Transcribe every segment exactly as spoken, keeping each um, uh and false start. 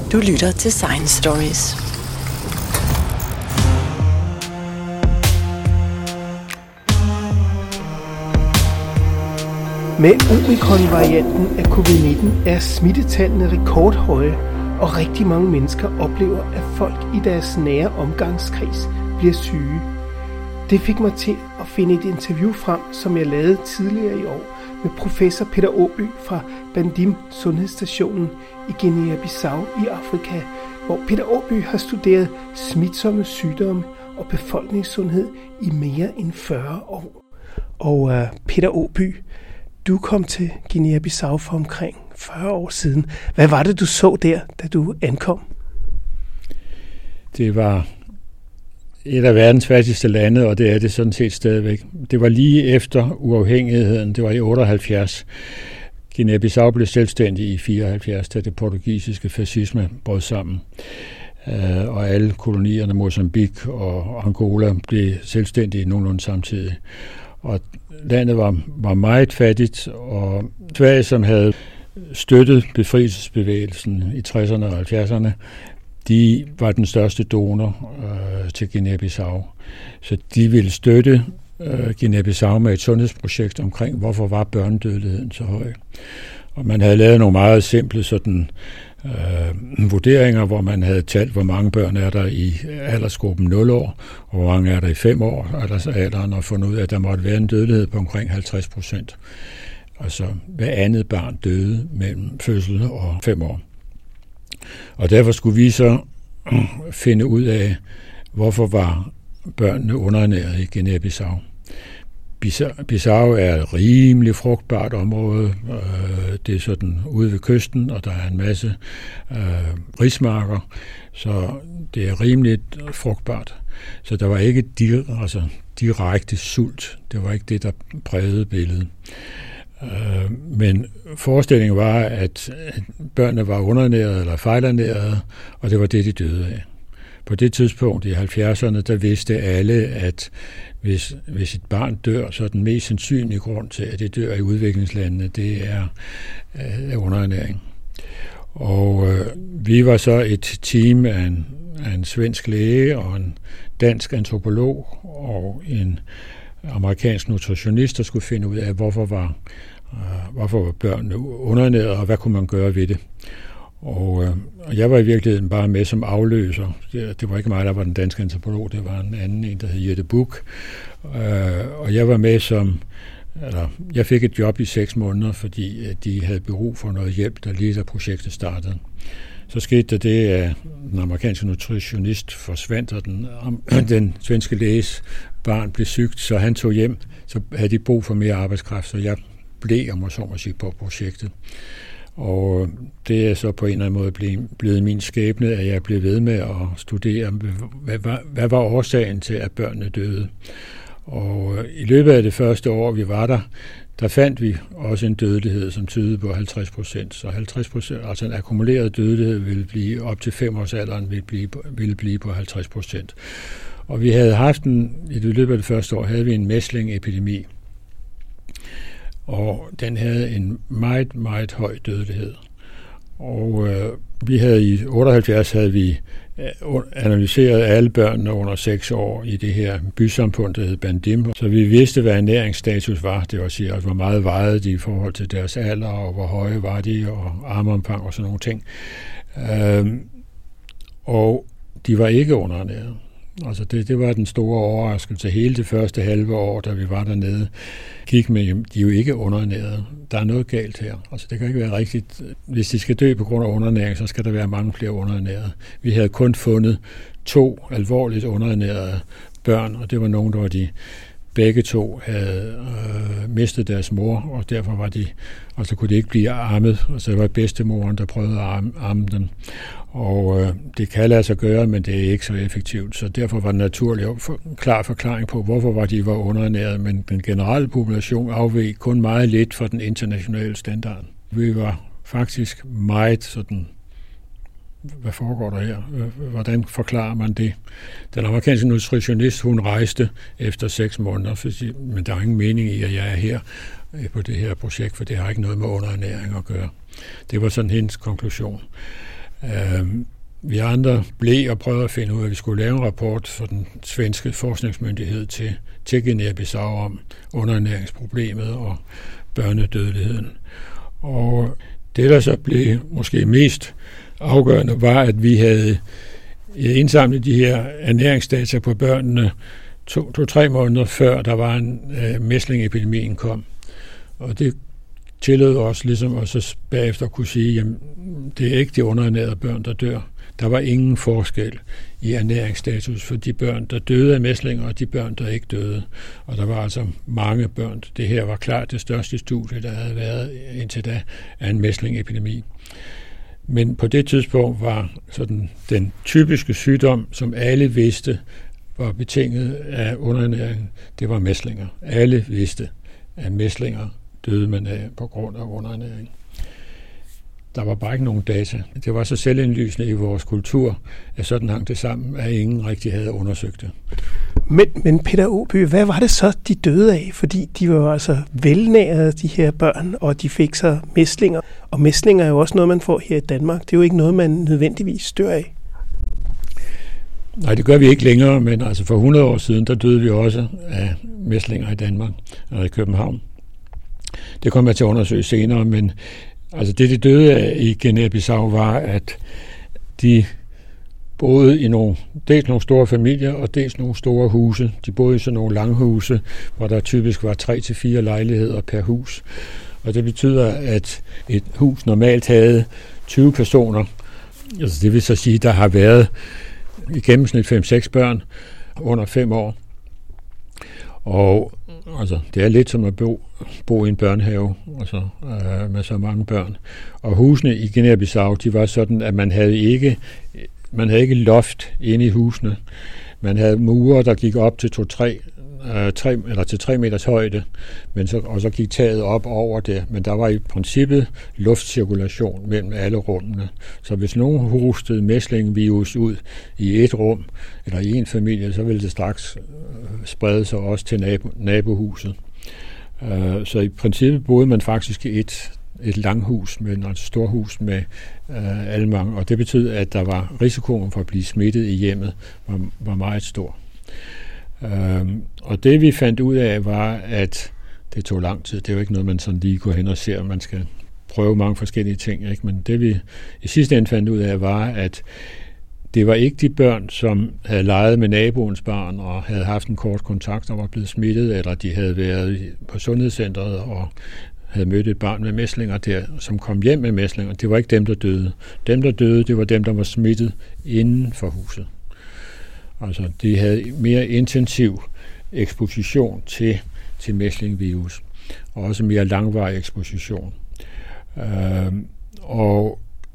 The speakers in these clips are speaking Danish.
Du lytter til Science Stories. Med omikron-varianten af covid nitten er smittetallene rekordhøje, og rigtig mange mennesker oplever, at folk i deres nære omgangskreds bliver syge. Det fik mig til at finde et interview frem, som jeg lavede tidligere i år med professor Peter Åby fra Bandim Sundhedsstationen i Guinea-Bissau i Afrika, hvor Peter Åby har studeret smitsomme sygdomme og befolkningssundhed i mere end fyrre år. Og uh, Peter Åby, du kom til Guinea-Bissau for omkring fyrre år siden. Hvad var det, du så der, da du ankom? Det var et af verdens fattigste lande, og det er det sådan set stadigvæk. Det var lige efter uafhængigheden, det var i otteoghalvfjerds. Guinea-Bissau blev selvstændig i fireoghalvfjerds, da det portugisiske fascisme brød sammen. Og alle kolonierne, Mozambique og Angola, blev selvstændige nogenlunde samtidig. Og landet var, var meget fattigt, og Sverige, som havde støttet befrielsesbevægelsen i tresserne og halvfjerdserne, de var den største donor øh, til Guinea-Bissau. Så de ville støtte øh, Guinea-Bissau med et sundhedsprojekt omkring, hvorfor var børnedødeligheden så høj. Og man havde lavet nogle meget simple sådan, øh, vurderinger, hvor man havde talt, hvor mange børn er der i aldersgruppen nul år, og hvor mange er der i fem år, aldersalderen, og fundet ud af, at der måtte være en dødelighed på omkring halvtreds procent. Altså hver andet barn døde mellem fødsel og fem år. Og derfor skulle vi så finde ud af, hvorfor var børnene underernæret i Guinea-Bissau. Bissau er et rimelig frugtbart område. Det er sådan ude ved kysten, og der er en masse øh, rismarker, så det er rimeligt frugtbart. Så der var ikke direkte, altså, direkte sult. Det var ikke det, der prægede billedet. Men forestillingen var, at børnene var underernærede eller fejlernærede, og det var det, de døde af. På det tidspunkt i halvfjerdserne, der vidste alle, at hvis, hvis et barn dør, så er den mest sandsynlige grund til, at det dør i udviklingslandene, det er, er underernæring. Og øh, vi var så et team af en, af en svensk læge og en dansk antropolog og en amerikansk nutritionist, der skulle finde ud af, hvorfor var, øh, hvorfor var børnene underernærede, og hvad kunne man gøre ved det. Og, øh, og jeg var i virkeligheden bare med som afløser. Det, det var ikke mig, der var den danske antropolog, det var en anden, en der hed Jette Buch. Øh, og jeg var med som, eller jeg fik et job i seks måneder, fordi de havde brug for noget hjælp, der lige da projektet startede. Så skete der det, at den amerikanske nutritionist forsvandt, og den, den svenske læges barn blev sygt, så han tog hjem. Så havde de brug for mere arbejdskraft, så jeg blev, om jeg så må sige, på projektet. Og det er så på en eller anden måde blevet min skæbne, at jeg blev ved med at studere, hvad var, hvad var årsagen til, at børnene døde. Og i løbet af det første år, vi var der, der fandt vi også en dødelighed, som tydede på halvtreds procent. Så halvtreds procent, altså en akkumuleret dødelighed ville blive op til femårsalderen, ville blive, ville blive på halvtreds procent. Og vi havde haft en, i løbet af det første år, havde vi en mæslingeepidemi. Og den havde en meget, meget høj dødelighed. Og øh, vi havde i otteoghalvfjerds havde vi analyseret alle børnene under seks år i det her bysamfund, der hed Bandim. Så vi vidste, hvad ernæringsstatus var. Det var at sige, hvor meget vejede de i forhold til deres alder, og hvor høje var de, og armomfang og sådan nogle ting. Øhm, og de var ikke underernæret. Altså det, det var den store overraskelse. Hele det første halve år, da vi var dernede, gik med, de er jo ikke underernærede. Der er noget galt her. Altså det kan ikke være rigtigt. Hvis de skal dø på grund af underernæring, så skal der være mange flere underernærede. Vi havde kun fundet to alvorligt underernærede børn, og det var nogen, der var de begge to havde øh, mistet deres mor, og derfor var de, og så kunne de ikke blive armet. Og så var bedstemoren, der prøvede at arme, arme dem. Og øh, det kan lade sig gøre, men det er ikke så effektivt. Så derfor var det naturligt for, klar forklaring på, hvorfor var de var underernæret, men den generelle population afveg kun meget lidt fra den internationale standard. Vi var faktisk meget sådan, hvad foregår der her? Hvordan forklarer man det? Den amerikanske nutritionist, hun rejste efter seks måneder, fordi, men der er ingen mening i, at jeg er her på det her projekt, for det har ikke noget med underernæring at gøre. Det var sådan hendes konklusion. Øh, vi andre blev og prøvede at finde ud af, at vi skulle lave en rapport for den svenske forskningsmyndighed til, til Guinea-Bissau om underernæringsproblemet og børnedødeligheden. Og det, der så blev måske mest afgørende, var, at vi havde indsamlet de her ernæringsdata på børnene to, to tre måneder før der var en øh, mæslingeepidemien kom. Og det tillod os ligesom at så bagefter kunne sige, jamen det er ikke de underernærede børn, der dør. Der var ingen forskel i ernæringsstatus for de børn, der døde af mæslinger, og de børn, der ikke døde. Og der var altså mange børn. Det her var klart det største studie, der havde været indtil da af en mæslingeepidemi. Men på det tidspunkt var sådan den typiske sygdom, som alle vidste var betinget af underernæring, det var mæslinger. Alle vidste, at mæslinger døde man af på grund af underernæring. Der var bare ikke nogen data. Det var så selvindlysende i vores kultur, at sådan hang det sammen, at ingen rigtig havde undersøgt det. Men, men Peter Åby, hvad var det så, de døde af? Fordi de var altså velnærede, de her børn, og de fik så mæslinger. Og mæslinger er jo også noget, man får her i Danmark. Det er jo ikke noget, man nødvendigvis dør af. Nej, det gør vi ikke længere, men altså for hundrede år siden, der døde vi også af mæslinger i Danmark og i København. Det kommer jeg til at undersøge senere, men altså det, de døde af i Guinea-Bissau, var, at de boede i nogle, dels nogle store familier og dels nogle store huse. De boede i sådan nogle langhuse, hvor der typisk var tre til fire lejligheder per hus. Og det betyder, at et hus normalt havde tyve personer. Altså det vil så sige, at der har været i gennemsnit fem seks børn under fem år. Og altså, det er lidt som at bo, bo i en børnehave altså, øh, med så mange børn. Og husene i Guinea-Bissau, de var sådan, at man havde ikke, man havde ikke loft inde i husene. Man havde mure, der gik op til to, tre, øh, tre, eller til tre meters højde, men så, og så gik taget op over det. Men der var i princippet luftcirkulation mellem alle rummene. Så hvis nogen hostede mæslingvirus ud i et rum, eller i en familie, så ville det straks sprede sig også til nabo, nabohuset. Uh, så i princippet boede man faktisk i et, et langhus, med et stort hus med uh, alle mange, og det betød, at der var risikoen for at blive smittet i hjemmet var, var meget stor. Uh, og det vi fandt ud af var, at det tog lang tid. Det er jo ikke noget, man sådan lige går hen og ser. Man skal prøve mange forskellige ting, ikke? Men det vi i sidste ende fandt ud af var, at det var ikke de børn, som havde leget med naboens barn og havde haft en kort kontakt og var blevet smittet, eller de havde været på sundhedscentret og havde mødt et barn med mæslinger der, som kom hjem med mæslinger. Det var ikke dem, der døde. Dem, der døde, det var dem, der var smittet inden for huset. Altså, de havde mere intensiv eksposition til, til mæslingvirus, og også mere langvarig eksposition. Øh, og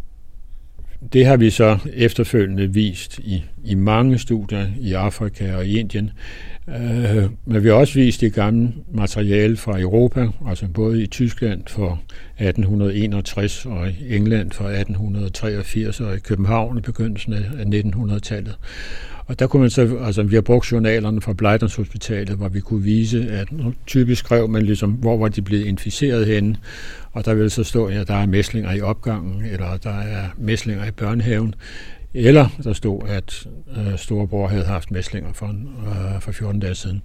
det har vi så efterfølgende vist i, i mange studier i Afrika og i Indien. Øh, men vi har også vist det gamle materiale fra Europa, altså både i Tyskland for atten enogtres og i England for atten treogfirs og i København i begyndelsen af nitten hundrede-tallet. Og der kunne man så, altså vi har brugt journalerne fra Bleiders Hospitalet, hvor vi kunne vise, at typisk skrev man ligesom, hvor var de blevet inficeret henne, og der vil så stå, at ja, der er mæslinger i opgangen, eller der er mæslinger i børnehaven, eller der stod, at øh, storebror havde haft mæslinger for, øh, for fjorten dage siden.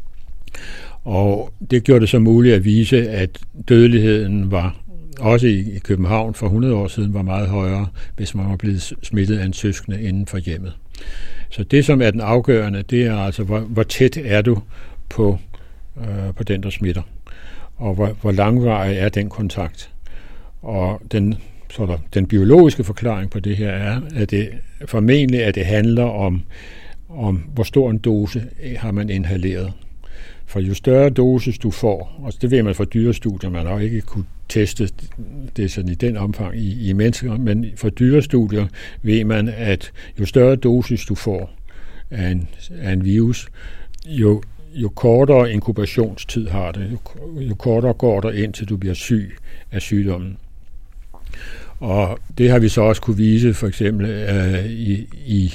Og det gjorde det så muligt at vise, at dødeligheden var også i København for hundrede år siden var meget højere, hvis man var blevet smittet af en søskende inden for hjemmet. Så det, som er den afgørende, det er altså, hvor, hvor tæt er du på, øh, på den, der smitter, og hvor, hvor langvarig er den kontakt. Og den, så der, den biologiske forklaring på det her er, at det formentlig at det handler om, om, hvor stor en dose har man inhaleret. For jo større dosis du får, og det ved man fra dyrestudier, man har ikke kunne teste det sådan i den omfang i, i mennesker, men for dyrestudier ved man, at jo større dosis du får af en, af en virus, jo, jo kortere inkubationstid har det, jo, jo kortere går der indtil du bliver syg af sygdommen. Og det har vi så også kunne vise for eksempel øh, i, i,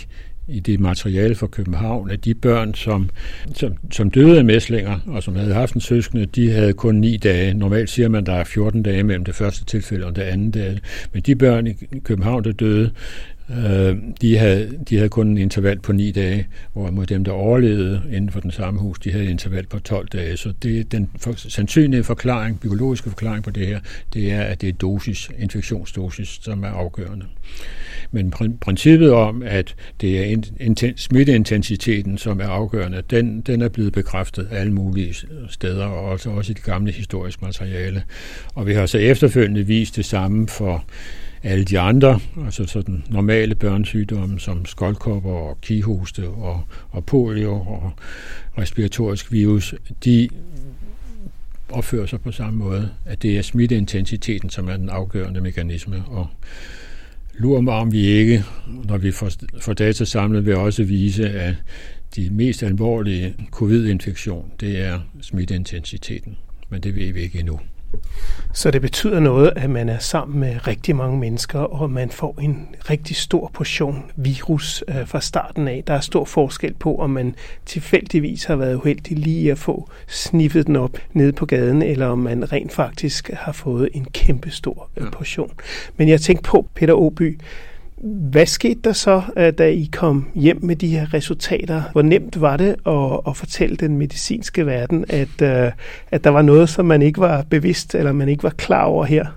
i det materiale fra København, at de børn, som, som, som døde af mæslinger, og som havde haft en søskende, de havde kun ni dage. Normalt siger man, at der er fjorten dage mellem det første tilfælde og det andet dage. Men de børn i København, der døde, øh, de, havde, de havde kun en interval på ni dage, hvorimod dem, der overlevede inden for den samme hus, de havde et interval på tolv dage. Så det, den for, sandsynlige forklaring, biologiske forklaring på det her, det er, at det er dosis, infektionsdosis, som er afgørende. Men princippet om, at det er inten- smitteintensiteten, som er afgørende, den, den er blevet bekræftet alle mulige steder, og også, også i det gamle historiske materiale. Og vi har så efterfølgende vist det samme for alle de andre, altså sådan normale børnesygdomme som skoldkopper og kihoste og, og polio og respiratorisk virus, de opfører sig på samme måde, at det er smitteintensiteten, som er den afgørende mekanisme. Og lurer mig, om vi ikke, når vi får, får data samlet, vil også vise, at de mest alvorlige covid-infektion, det er smitteintensiteten. Men det ved vi ikke endnu. Så det betyder noget, at man er sammen med rigtig mange mennesker, og man får en rigtig stor portion virus øh, fra starten af. Der er stor forskel på, om man tilfældigvis har været uheldig lige at få sniffet den op nede på gaden, eller om man rent faktisk har fået en kæmpe stor øh, portion. Men jeg tænkte på, Peter Åby, hvad skete der så, da I kom hjem med de her resultater? Hvor nemt var det at, at fortælle den medicinske verden, at, at der var noget, som man ikke var bevidst, eller man ikke var klar over her?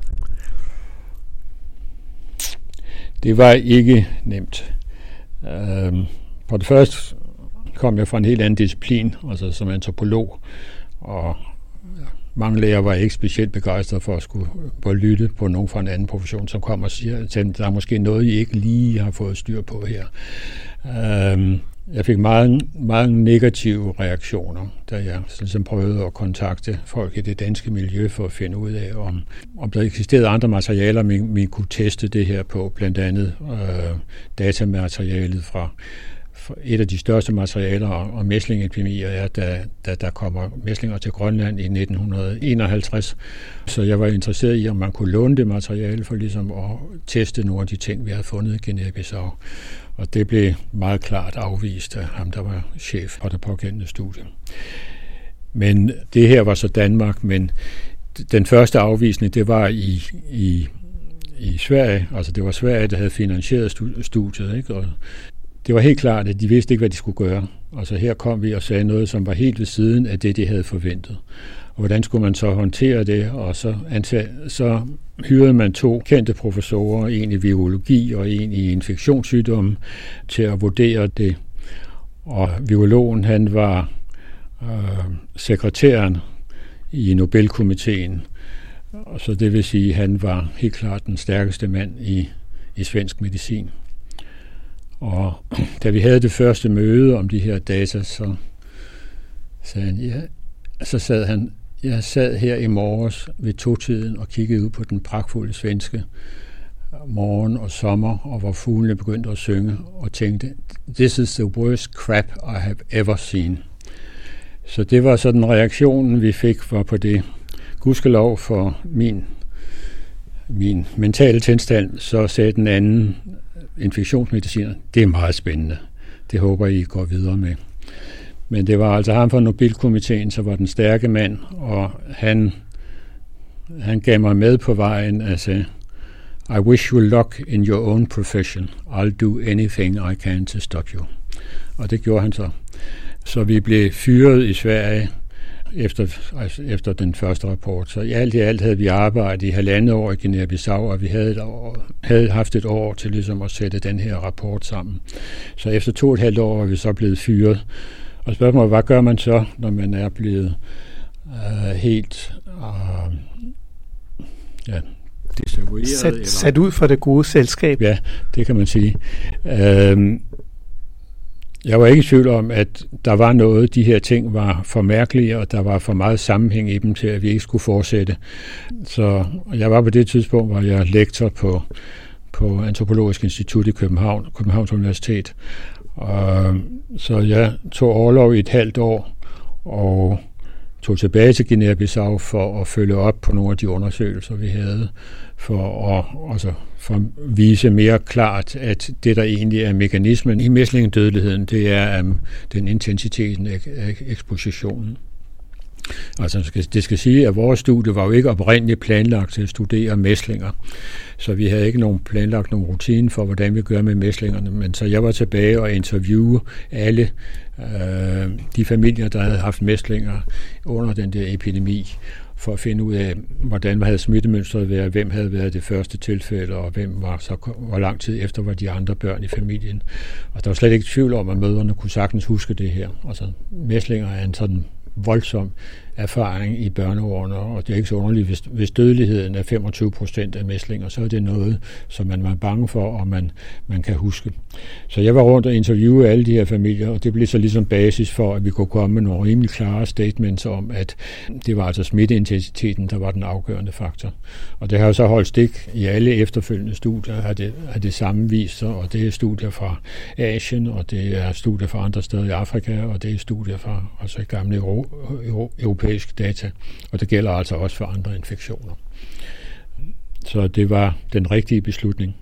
Det var ikke nemt. For det første kom jeg fra en helt anden disciplin, altså som antropolog, og mange læger var ikke specielt begejstrede for at skulle lytte på nogen fra en anden profession, som kommer og siger, at der er måske noget, I ikke lige har fået styr på her. Jeg fik meget, meget negative reaktioner, da jeg ligesom prøvede at kontakte folk i det danske miljø for at finde ud af, om, om der eksisterede andre materialer, man, vi kunne teste det her på, blandt andet øh, datamaterialet fra et af de største materialer om mæslingeepidemier er, da, da der kommer mæslinger til Grønland i nitten enoghalvtreds. Så jeg var interesseret i, om man kunne låne det materiale for ligesom at teste nogle af de ting, vi havde fundet i Guinea-Bissau. Og det blev meget klart afvist af ham, der var chef på det pågældende studie. Men det her var så Danmark, men den første afvisning, det var i, i, i Sverige. Altså det var Sverige, der havde finansieret studiet, ikke? Og det var helt klart, at de vidste ikke, hvad de skulle gøre. Altså her kom vi og sagde noget, som var helt ved siden af det, de havde forventet. Og hvordan skulle man så håndtere det? Og så, ansat, så hyrede man to kendte professorer, en i virologi og en i infektionssygdomme, til at vurdere det. Og virologen, han var øh, sekretæren i Nobelkomiteen. Og så det vil sige, at han var helt klart den stærkeste mand i, i svensk medicin. Og da vi havde det første møde om de her data, så sagde han, ja, så sad han, jeg sad her i morges ved totiden og kiggede ud på den pragtfulde svenske morgen og sommer, og hvor fuglene begyndte at synge, og tænkte, this is the worst crap I have ever seen. Så det var sådan reaktionen, vi fik var på det. Gudskelov for min, min mentale tilstand, så sagde den anden infektionsmediciner, det er meget spændende. Det håber I går videre med. Men det var altså ham fra Nobelkomiteen, så var den stærke mand, og han, han gav mig med på vejen og sagde, I wish you luck in your own profession. I'll do anything I can to stop you. Og det gjorde han så. Så vi blev fyret i Sverige efter, altså efter den første rapport. Så i alt i alt havde vi arbejdet i halvandet år i Guinea-Bissau, og vi havde, et år, havde haft et år til ligesom at sætte den her rapport sammen. Så efter to og et halvt år var vi så blevet fyret. Og spørgsmålet, hvad gør man så, når man er blevet øh, helt øh, ja, desavoueret? Sat, eller, sat ud for det gode selskab. Ja, det kan man sige. Øh, Jeg var ikke i tvivl om, at der var noget, de her ting var for mærkelige, og der var for meget sammenhæng i dem til, at vi ikke skulle fortsætte. Så jeg var på det tidspunkt, hvor jeg lektor på, på Antropologisk Institut i København, Københavns Universitet. Og, så jeg tog orlov i et halvt år, og tog tilbage til Guinea-Bissau for at følge op på nogle af de undersøgelser, vi havde, for at, altså, for at vise mere klart, at det, der egentlig er mekanismen i mæslingedødeligheden, det er um, den intensiteten af, af ekspositionen. Altså det skal sige, at vores studie var jo ikke oprindeligt planlagt til at studere mæslinger, så vi havde ikke nogen planlagt nogen rutine for, hvordan vi gør med mæslingerne, men så jeg var tilbage og interviewede alle øh, de familier, der havde haft mæslinger under den der epidemi, for at finde ud af, hvordan havde smittemønstret været, hvem havde været det første tilfælde, og hvem var så, hvor lang tid efter var de andre børn i familien. Og der var slet ikke tvivl om, at mødrene kunne sagtens huske det her. Altså mæslinger er en sådan voldsom erfaring i børneårene, og det er ikke så underligt, hvis, hvis dødeligheden er femogtyve procent af mæslinger, så er det noget, som man var bange for, og man, man kan huske. Så jeg var rundt og interviewede alle de her familier, og det blev så ligesom basis for, at vi kunne komme med nogle rimelig klare statements om, at det var altså smitteintensiteten, der var den afgørende faktor. Og det har jo så holdt stik i alle efterfølgende studier, har det, har det samme vist sig, og det er studier fra Asien, og det er studier fra andre steder i Afrika, og det er studier fra altså gamle euro, euro, europæiske data, og det gælder altså også for andre infektioner. Så det var den rigtige beslutning.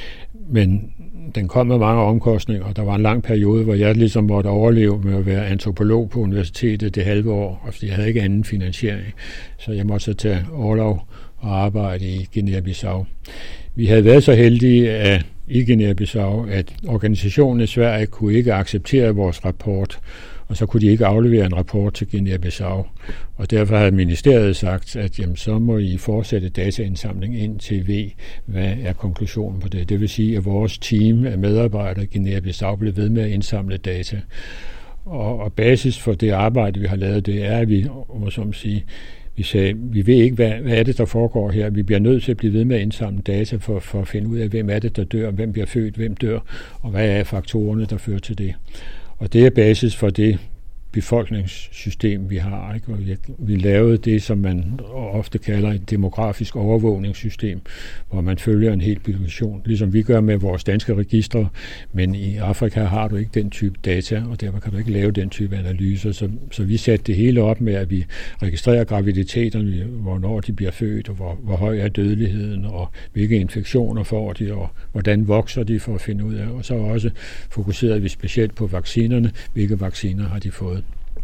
Men den kom med mange omkostninger, og der var en lang periode, hvor jeg ligesom måtte overleve med at være antropolog på universitetet det halve år, fordi jeg havde ikke anden finansiering. Så jeg måtte så tage orlov og arbejde i Guinea-Bissau. Vi havde været så heldige at, i Guinea-Bissau, at organisationen i Sverige kunne ikke acceptere vores rapport, og så kunne de ikke aflevere en rapport til Guinea-Bissau. Og derfor havde ministeriet sagt, at jamen, så må I fortsætte dataindsamling indtil ved, hvad er konklusionen på det. Det vil sige, at vores team af medarbejdere i Guinea-Bissau blev ved med at indsamle data. Og, og basis for det arbejde, vi har lavet, det er, at vi må som sige, vi sagde, vi ved ikke, hvad, hvad er det, der foregår her. Vi bliver nødt til at blive ved med at indsamle data for, for at finde ud af, hvem er det, der dør, hvem bliver født, hvem dør, og hvad er faktorerne, der fører til det. Og det er basis for det befolkningssystem, vi har. Ikke? Vi, vi lavede det, som man ofte kalder et demografisk overvågningssystem, hvor man følger en hel population, ligesom vi gør med vores danske registre, men i Afrika har du ikke den type data, og derfor kan du ikke lave den type analyser. Så, så vi satte det hele op med, at vi registrerer graviditeterne, hvornår de bliver født, og hvor, hvor høj er dødeligheden, og hvilke infektioner får de, og hvordan vokser de for at finde ud af. Og så også fokuserede vi specielt på vaccinerne, hvilke vacciner har de fået.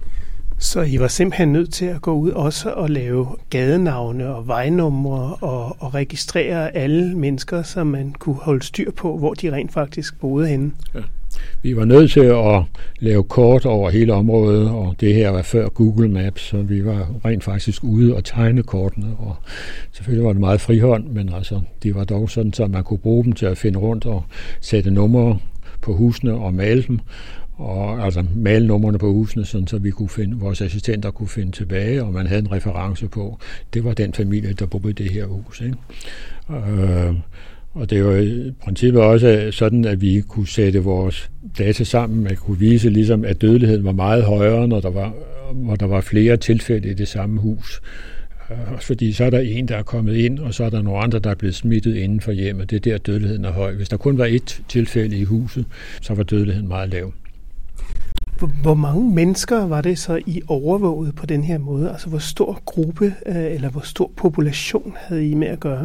Så I var simpelthen nødt til at gå ud også og lave gadenavne og vejnumre og, og registrere alle mennesker, så man kunne holde styr på, hvor de rent faktisk boede henne. Ja. Vi var nødt til at lave kort over hele området, og det her var før Google Maps, så vi var rent faktisk ude og tegne kortene, og selvfølgelig var det meget frihånd, men altså, de var dog sådan, så man kunne bruge dem til at finde rundt og sætte numre på husene og male dem, og altså male numrene på husene, sådan, så vi kunne finde, vores assistenter kunne finde tilbage, og man havde en reference på, det var den familie, der boede i det her hus. Ikke? Øh, og det var i princippet også sådan, at vi kunne sætte vores data sammen, at kunne vise, ligesom, at dødeligheden var meget højere, når der var, hvor der var flere tilfælde i det samme hus. Fordi så er der en, der er kommet ind, og så er der nogle andre, der er blevet smittet inden for hjemmet. Det er der, dødeligheden er høj. Hvis der kun var et tilfælde i huset, så var dødeligheden meget lav. Hvor mange mennesker var det så, I overvågede på den her måde? Altså, hvor stor gruppe eller hvor stor population havde I med at gøre?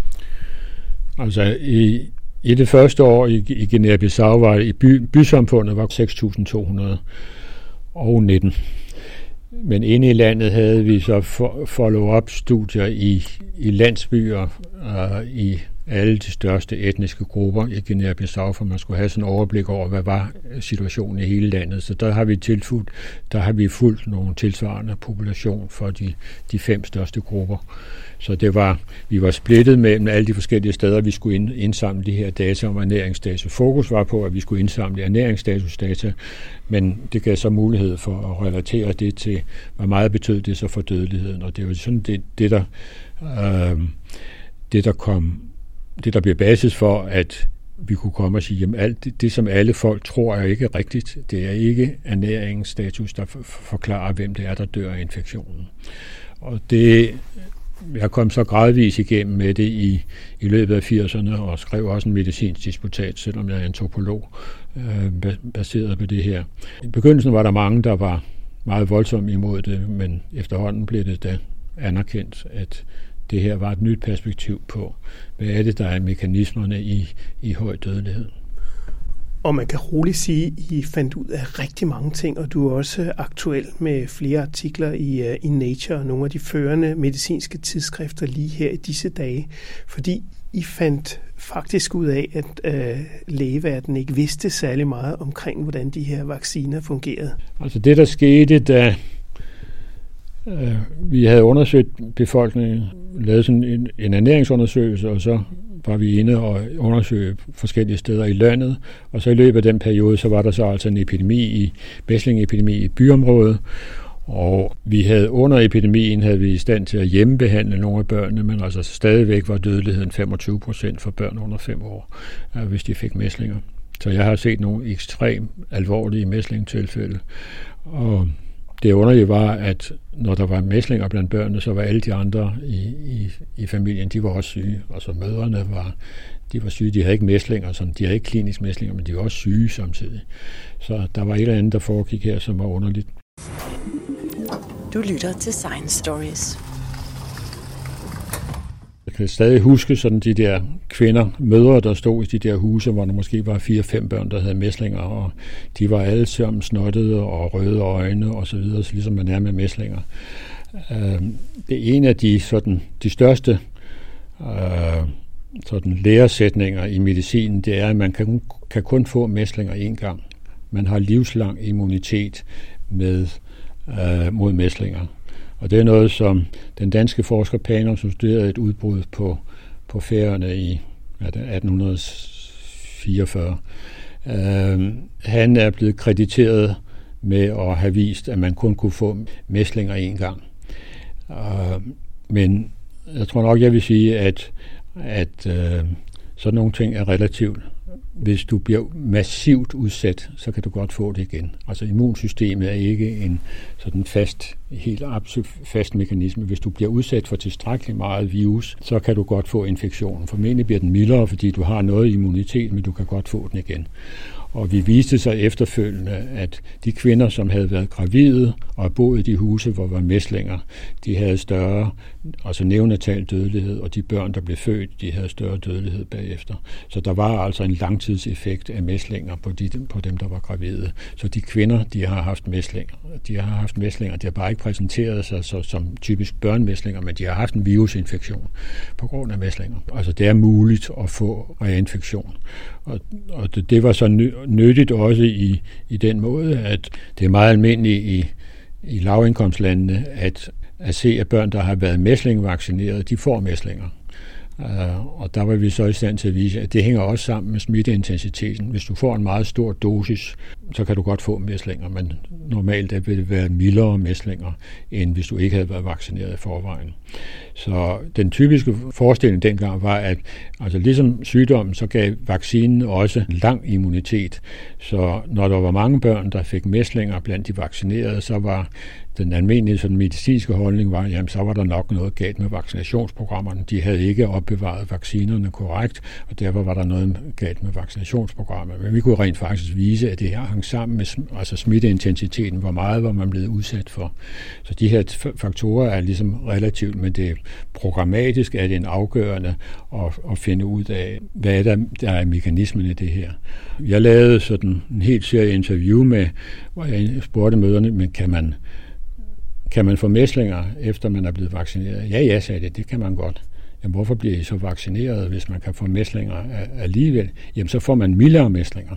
Altså, i, i det første år i, i Guinea-Bissau var i by, bysamfundet var seks tusind to hundrede og nitten. Men inde i landet havde vi så follow-up-studier i, i landsbyer og i alle de største etniske grupper i Guinea-Bissau, for man skulle have sådan en overblik over, hvad var situationen i hele landet. Så der har vi tilfulgt, der har vi fulgt nogle tilsvarende population for de, de fem største grupper. Så det var, vi var splittet mellem alle de forskellige steder, vi skulle ind, indsamle de her data om ernæringsstatus. Fokus var på, at vi skulle indsamle ernæringsstatusdata, men det gav så mulighed for at relatere det til, hvor meget betød det så for dødeligheden. Og det er jo sådan det, det der, øh, det der kom det, der bliver basis for, at vi kunne komme og sige, at alt det, det, som alle folk tror er ikke rigtigt, det er ikke ernæringsstatus, der forklarer, hvem det er, der dør af infektionen. Og det, jeg kom så gradvis igennem med det i, i løbet af firserne, og skrev også en medicinsk disputat, selvom jeg er antropolog, øh, baseret på det her. I begyndelsen var der mange, der var meget voldsomt imod det, men efterhånden blev det da anerkendt, at det her var et nyt perspektiv på, hvad er det, der er mekanismerne i, i høj dødelighed. Og man kan roligt sige, at I fandt ud af rigtig mange ting, og du er også aktuel med flere artikler i, uh, i Nature og nogle af de førende medicinske tidsskrifter lige her i disse dage, fordi I fandt faktisk ud af, at uh, lægeverdenen ikke vidste særlig meget omkring, hvordan de her vacciner fungerede. Altså det, der skete, da uh, vi havde undersøgt befolkningen, lavet sådan en, en ernæringsundersøgelse, og så var vi inde og undersøge forskellige steder i landet, og så i løbet af den periode, så var der så altså en epidemi i mæslingeepidemi i byområdet, og vi havde under epidemien, havde vi i stand til at hjemmebehandle nogle af børnene, men altså stadigvæk var dødeligheden femogtyve procent for børn under fem år, hvis de fik mæslinger. Så jeg har set nogle ekstremt alvorlige mæslingetilfælde, og det underlige var, at når der var mæslinger blandt børnene, så var alle de andre i, i, i familien, de var også syge. Altså mødrene var, de var syge, de havde ikke mæslinger, sådan, de havde ikke klinisk mæslinger, men de var også syge samtidig. Så der var et eller andet, der foregik her, som var underligt. Du lytter til Science Stories. Jeg kan stadig huske sådan de der kvinder, mødre, der stod i de der huse, hvor der måske var fire-fem børn, der havde mæslinger, og de var alle sammen snottede og røde øjne og så videre, så ligesom man er med mæslinger. Det er en af de, sådan, de største sådan, læresætninger i medicinen, det er, at man kan, kan kun få mæslinger én gang. Man har livslang immunitet med, øh, mod mæslinger. Og det er noget, som den danske forsker Panum, som studerede et udbrud på, på Færøerne i atten fireogfyrre. Øh, han er blevet krediteret med at have vist, at man kun kunne få mæslinger en gang. Øh, men jeg tror nok, jeg vil sige, at, at øh, sådan nogle ting er relativt. Hvis du bliver massivt udsat, så kan du godt få det igen. Altså immunsystemet er ikke en sådan fast, helt absolut fast mekanisme. Hvis du bliver udsat for tilstrækkeligt meget virus, så kan du godt få infektionen. Formentlig bliver den mildere, fordi du har noget immunitet, men du kan godt få den igen. Og vi viste sig efterfølgende, at de kvinder, som havde været gravide og boet i de huse, hvor var mæslinger, de havde større, altså neonatal dødelighed, og de børn, der blev født, de havde større dødelighed bagefter. Så der var altså en langtidseffekt af mæslinger på, de, på dem, der var gravide. Så de kvinder, de har haft mæslinger. De har haft mæslinger, de har bare ikke præsenteret sig så, som typisk børnemæslinger, men de har haft en virusinfektion på grund af mæslinger. Altså det er muligt at få reinfektion. Og, og det, det var så nyttigt også i, i den måde, at det er meget almindeligt i, i lavindkomstlandene, at, at se, at børn, der har været mæslingevaccineret, de får mæslinger. Uh, og der var vi så i stand til at vise, at det hænger også sammen med smitteintensiteten. Hvis du får en meget stor dosis, så kan du godt få mæslinger, men normalt vil det være mildere mæslinger, end hvis du ikke havde været vaccineret i forvejen. Så den typiske forestilling dengang var, at altså ligesom sygdommen, så gav vaccinen også lang immunitet. Så når der var mange børn, der fik mæslinger blandt de vaccinerede, så var den almindelige sådan, medicinske holdning var, jamen så var der nok noget galt med vaccinationsprogrammerne. De havde ikke opbevaret vaccinerne korrekt, og derfor var der noget galt med vaccinationsprogrammerne. Men vi kunne rent faktisk vise, at det her hang sammen med altså smitteintensiteten, hvor meget var man blevet udsat for. Så de her faktorer er ligesom relativt, men det programmatisk er det en afgørende at, at finde ud af, hvad er der, der er mekanismen i det her. Jeg lavede sådan en helt serie interview med, hvor jeg spurgte møderne, men kan man Kan man få mæslinger, efter man er blevet vaccineret? Ja, ja, sagde det. Det kan man godt. Jamen, hvorfor bliver I så vaccineret, hvis man kan få mæslinger alligevel? Jamen, så får man mildere mæslinger.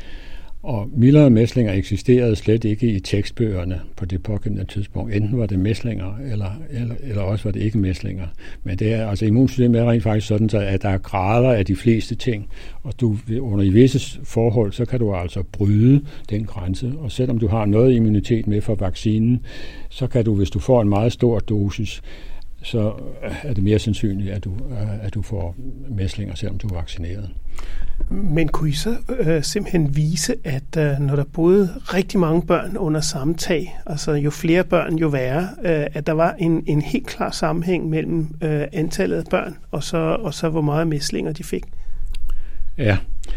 Og mildere mæslinger eksisterede slet ikke i tekstbøgerne på det pågældende tidspunkt. Enten var det mæslinger, eller, eller, eller også var det ikke mæslinger. Men det er, altså immunsystemet er rent faktisk sådan, at der er grader af de fleste ting. Og du, under i visse forhold, så kan du altså bryde den grænse. Og selvom du har noget immunitet med fra vaccinen, så kan du, hvis du får en meget stor dosis, så er det mere sandsynligt, at du, at du får mæslinger, selvom du er vaccineret. Men kunne I så øh, simpelthen vise, at øh, når der boede rigtig mange børn under samme tag, altså jo flere børn, jo værre, øh, at der var en, en helt klar sammenhæng mellem øh, antallet af børn, og så, og så hvor meget mæslinger de fik? Ja,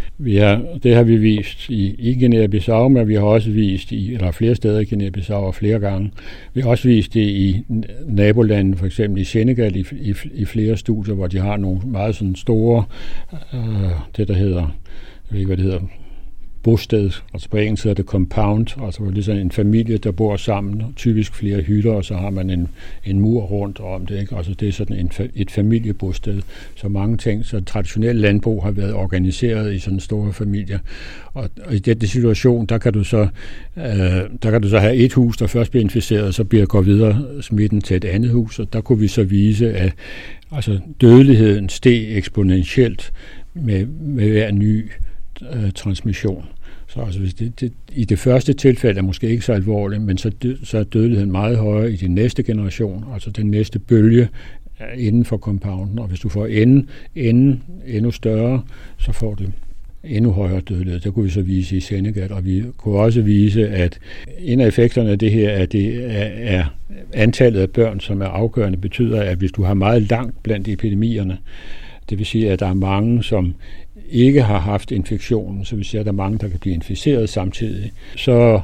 Vi har, det har vi vist i, i Guinea-Bissau, men vi har også vist i, eller flere steder i Guinea-Bissau og flere gange. Vi har også vist det i nabolandet, for eksempel i Senegal, i, i, i flere studier, hvor de har nogle meget sådan store, øh, det der hedder, jeg ved ikke, hvad det hedder, bosted, altså på engelsk hedder det compound, altså ligesom en familie, der bor sammen, typisk flere hytter, og så har man en, en mur rundt om det, ikke? Altså det er sådan en, et familiebosted, så mange ting, så traditionelt landbrug har været organiseret i sådan store familier, og, og i den situation, der kan du så øh, der kan du så have et hus, der først bliver inficeret, og så bliver går videre smitten til et andet hus, og der kunne vi så vise, at altså dødeligheden steg eksponentielt med, med hver ny transmission. Så altså, hvis det, det, i det første tilfælde er måske ikke så alvorligt, men så, dø, så er dødeligheden meget højere i den næste generation, altså den næste bølge inden for compounden, og hvis du får enden, enden endnu større, så får du endnu højere dødelighed. Det kunne vi så vise i Senegal, og vi kunne også vise, at en af effekterne af det her, at det er, er antallet af børn, som er afgørende, betyder, at hvis du har meget langt blandt epidemierne, det vil sige, at der er mange, som ikke har haft infektionen, så vil sige, at der er mange, der kan blive inficeret samtidig, så,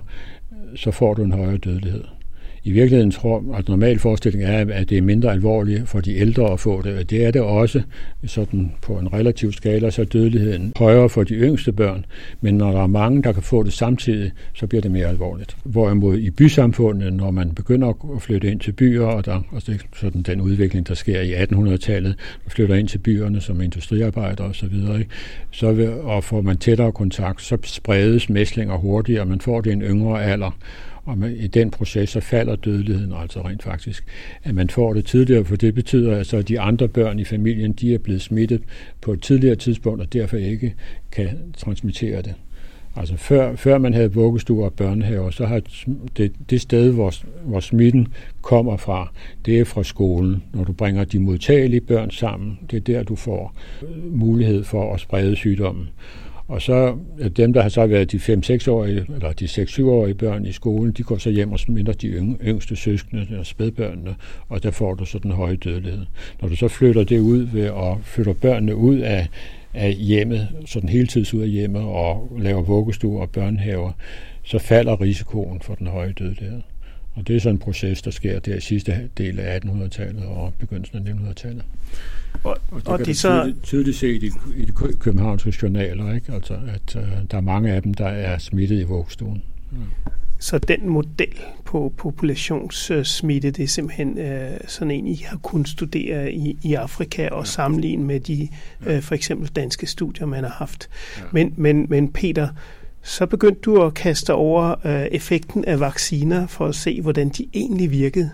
så får du en højere dødelighed. I virkeligheden tror jeg, at normal forestilling er, at det er mindre alvorligt for de ældre at få det. Det er det også sådan på en relativ skala, så er dødeligheden højere for de yngste børn. Men når der er mange, der kan få det samtidig, så bliver det mere alvorligt. Hvorimod i bysamfundet, når man begynder at flytte ind til byer, og der og det er sådan den udvikling, der sker i attenhundredetallet, man flytter ind til byerne som industriarbejder og så videre, ikke? Så ved, og får man tættere kontakt, så spredes mæslinger hurtigere, og man får det i en yngre alder. Og i den proces, så falder dødeligheden altså rent faktisk. At man får det tidligere, for det betyder altså, at de andre børn i familien, de er blevet smittet på et tidligere tidspunkt, og derfor ikke kan transmittere det. Altså før, før man havde vuggestuer og børnehaver, så har det, det sted, hvor, hvor smitten kommer fra, det er fra skolen. Når du bringer de modtagelige børn sammen, det er der, du får mulighed for at sprede sygdommen. Og så dem, der har så været de fem-seks-årige, eller de seks-syv-årige børn i skolen, de går så hjem og smitter de yngste søskende og spædbørnene, og der får du så den høje dødelighed. Når du så flytter det ud ved at flytte børnene ud af, af hjemmet, sådan hele tiden ud af hjemmet og laver vuggestuer og børnehaver, så falder risikoen for den høje dødelighed. Og det er sådan en proces, der sker der i sidste del af attenhundredetallet og begyndelsen af nittenhundredetallet. Og, og det og kan det så tydeligt, tydeligt set i, i de københavnske journaler, ikke? Altså, at uh, der er mange af dem, der er smittet i vuggestuen. Ja. Så den model på populationssmitte, det er simpelthen øh, sådan en, I har kunnet studere i, i Afrika og ja. sammenligne med de øh, for eksempel danske studier, man har haft. Ja. Men, men, men Peter, så begyndte du at kaste over øh, effekten af vacciner for at se, hvordan de egentlig virkede.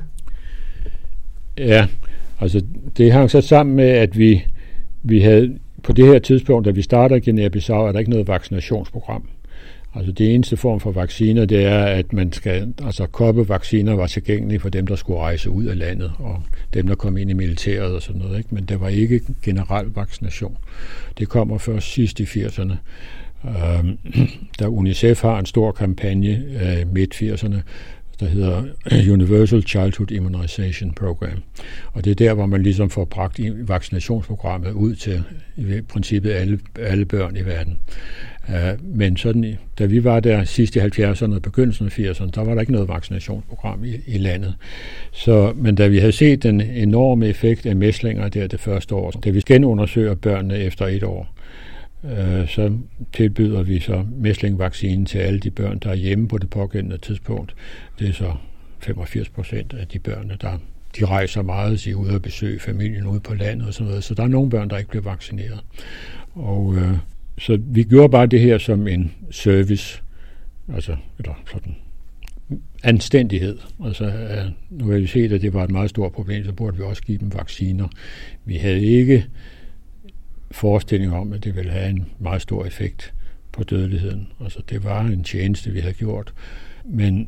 Ja, altså det hang så sammen med, at vi, vi havde på det her tidspunkt, da vi starter i Guinea-Bissau, er der ikke noget vaccinationsprogram. Altså det eneste form for vacciner, det er, at man skal, altså koppevacciner var tilgængelige for dem, der skulle rejse ud af landet, og dem, der kom ind i militæret og sådan noget, ikke? Men der var ikke generel vaccination. Det kommer først sidst i firserne. Uh, der UNICEF har en stor kampagne uh, midt firserne, der hedder Universal Childhood Immunization Program. Og det er der, hvor man ligesom får bragt vaccinationsprogrammet ud til i princippet alle, alle børn i verden. Uh, men sådan, da vi var der sidst i halvfjerdserne og begyndelsen af firserne, der var der ikke noget vaccinationsprogram i, i landet. Så, men da vi havde set den enorme effekt af mæslinger der det første år, da vi genundersøger børnene efter et år, så tilbyder vi så mæslingvaccinen til alle de børn, der er hjemme på det pågældende tidspunkt. Det er så femogfirs procent af de børn, der de rejser meget, de er ude og besøge familien ude på landet og sådan noget. Så der er nogle børn, der ikke bliver vaccineret. Og øh, så vi gjorde bare det her som en service, altså eller sådan anstændighed. Altså øh, nu har vi set, at det var et meget stort problem, så burde vi også give dem vacciner. Vi havde ikke forestilling om, at det ville have en meget stor effekt på dødeligheden. Altså, det var en tjeneste, vi havde gjort. Men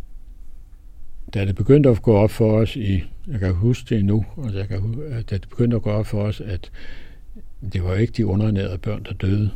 da det begyndte at gå op for os i, jeg kan huske det endnu, altså jeg kan huske, at da det begyndte at gå op for os, at det var ikke de underernærede børn, der døde,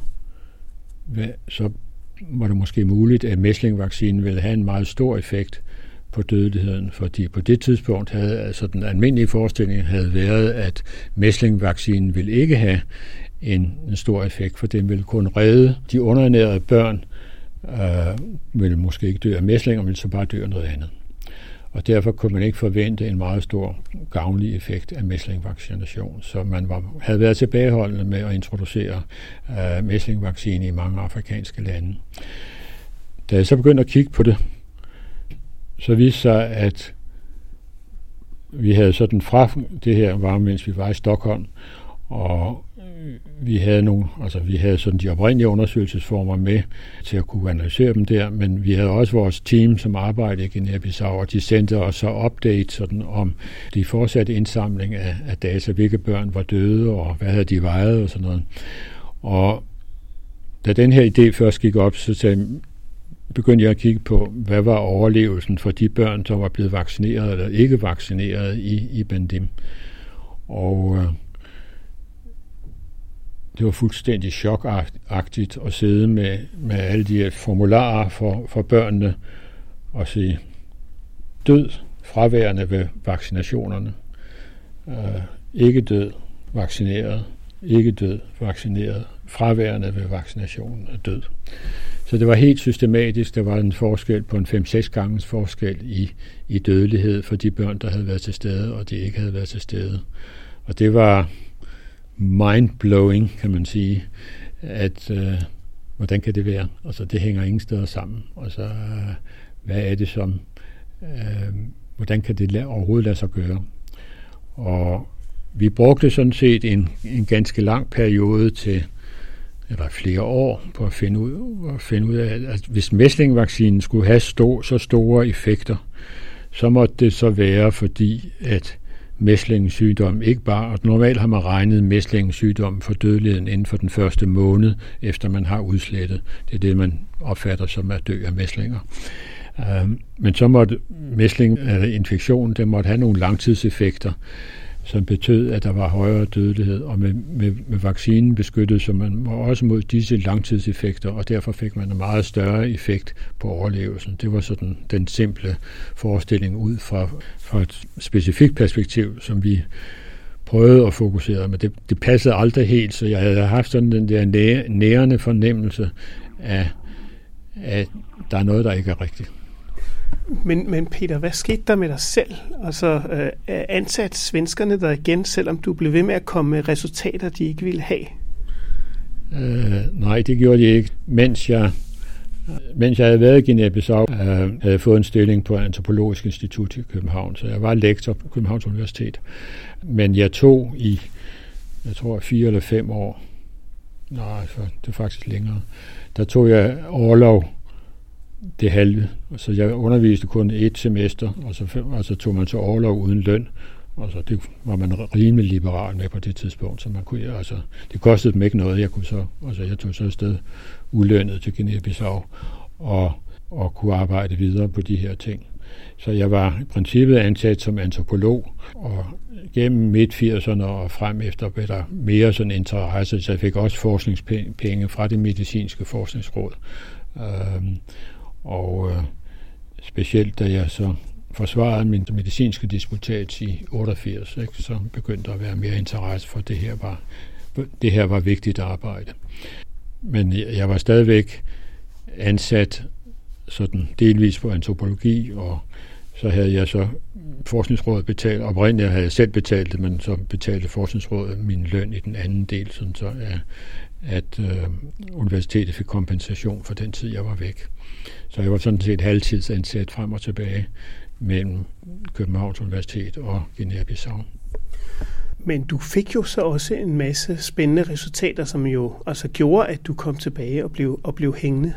så var det måske muligt, at mæslingvaccinen ville have en meget stor effekt på dødeligheden, fordi på det tidspunkt havde altså den almindelige forestilling havde været, at mæslingvaccinen ville ikke have en, en stor effekt, for den ville kun redde de underernærede børn, øh, ville måske ikke dø af mæslinger, men så bare dø af noget andet. Og derfor kunne man ikke forvente en meget stor gavnlig effekt af mæslingvaccination, så man var, havde været tilbageholdende med at introducere øh, mæslingvaccine i mange afrikanske lande. Da jeg så begyndte at kigge på det, så viste sig, at vi havde sådan fra det her var, mens vi var i Stockholm, og vi havde nogle, altså vi havde sådan de oprindelige undersøgelsesformer med til at kunne analysere dem der, men vi havde også vores team, som arbejdede i Guinea-Bissau, og de sendte os så update sådan om de fortsatte indsamling af, af data, hvilke børn var døde, og hvad havde de vejet og sådan noget. Og da den her idé først gik op, så sagde, begyndte jeg at kigge på, hvad var overlevelsen for de børn, der var blevet vaccineret eller ikke vaccineret i, i Bandim. Og øh, det var fuldstændig chokagtigt at sidde med, med alle de her formularer for, for børnene og sige død, fraværende ved vaccinationerne. Øh, ikke død, vaccineret. Ikke død, vaccineret. Fraværende ved vaccinationen og død. Så det var helt systematisk. Der var en forskel på en fem-seks ganges forskel i, i dødelighed for de børn, der havde været til stede, og de ikke havde været til stede. Og det var mind-blowing, kan man sige, at øh, hvordan kan det være? Altså, det hænger ingen steder sammen. Altså, øh, hvad er det som, øh, hvordan kan det la- overhovedet lade sig gøre? Og vi brugte sådan set en, en ganske lang periode til, eller flere år, på at finde ud, at finde ud af, at hvis mæslingvaccinen skulle have stå, så store effekter, så måtte det så være, fordi at mæslingssygdom ikke bare, og normalt har man regnet mæslingssygdom for dødeligheden inden for den første måned, efter man har udslettet. Det er det, man opfatter som at dø af mæslinger. Um, men så måtte mæsling, eller infektionen, det måtte have nogle langtidseffekter, som betød, at der var højere dødelighed, og med, med, med vaccinen beskyttede så man også mod disse langtidseffekter, og derfor fik man en meget større effekt på overlevelsen. Det var sådan den simple forestilling ud fra, fra et specifikt perspektiv, som vi prøvede at fokusere, men det, det passede aldrig helt, så jeg havde haft sådan den der næ, nærende fornemmelse af, at der er noget, der ikke er rigtigt. Men, men Peter, hvad skete der med dig selv? Altså, øh, ansat svenskerne der igen, selvom du blev ved med at komme med resultater, de ikke ville have? Øh, nej, det gjorde de ikke. Mens jeg, mens jeg havde været i Guinea-Bissau, øh, havde jeg fået en stilling på Antropologisk Institut i København, så jeg var lektor på Københavns Universitet. Men jeg tog i, jeg tror, fire eller fem år, nej, det er faktisk længere, der tog jeg orlov det halve. Så jeg underviste kun et semester, og så, og så tog man til orlov uden løn. Og så det var man rimelig liberal med på det tidspunkt, så man kunne, altså, det kostede dem ikke noget. Jeg kunne så, altså jeg tog så afsted ulønnet til Guinea-Bissau og, og kunne arbejde videre på de her ting. Så jeg var i princippet ansat som antropolog, og gennem midt firserne og frem efter blev der mere sådan interesse, så jeg fik også forskningspenge fra det medicinske forskningsråd. Øhm, og øh, specielt da jeg så forsvarede min medicinske disputat i otteogfirs, ikke, så begyndte der at være mere interesse for, det her var, det her var vigtigt arbejde. Men jeg var stadigvæk ansat sådan delvis på antropologi, og så havde jeg så forskningsrådet betalt, oprindeligt havde jeg selv betalt det, men så betalte forskningsrådet min løn i den anden del, sådan så at, at øh, universitetet fik kompensation for den tid, jeg var væk. Så jeg var sådan set halvtidsansat frem og tilbage mellem Københavns Universitet og Guinea-Bissau. Men du fik jo så også en masse spændende resultater, som jo altså gjorde, at du kom tilbage og blev, og blev hængende.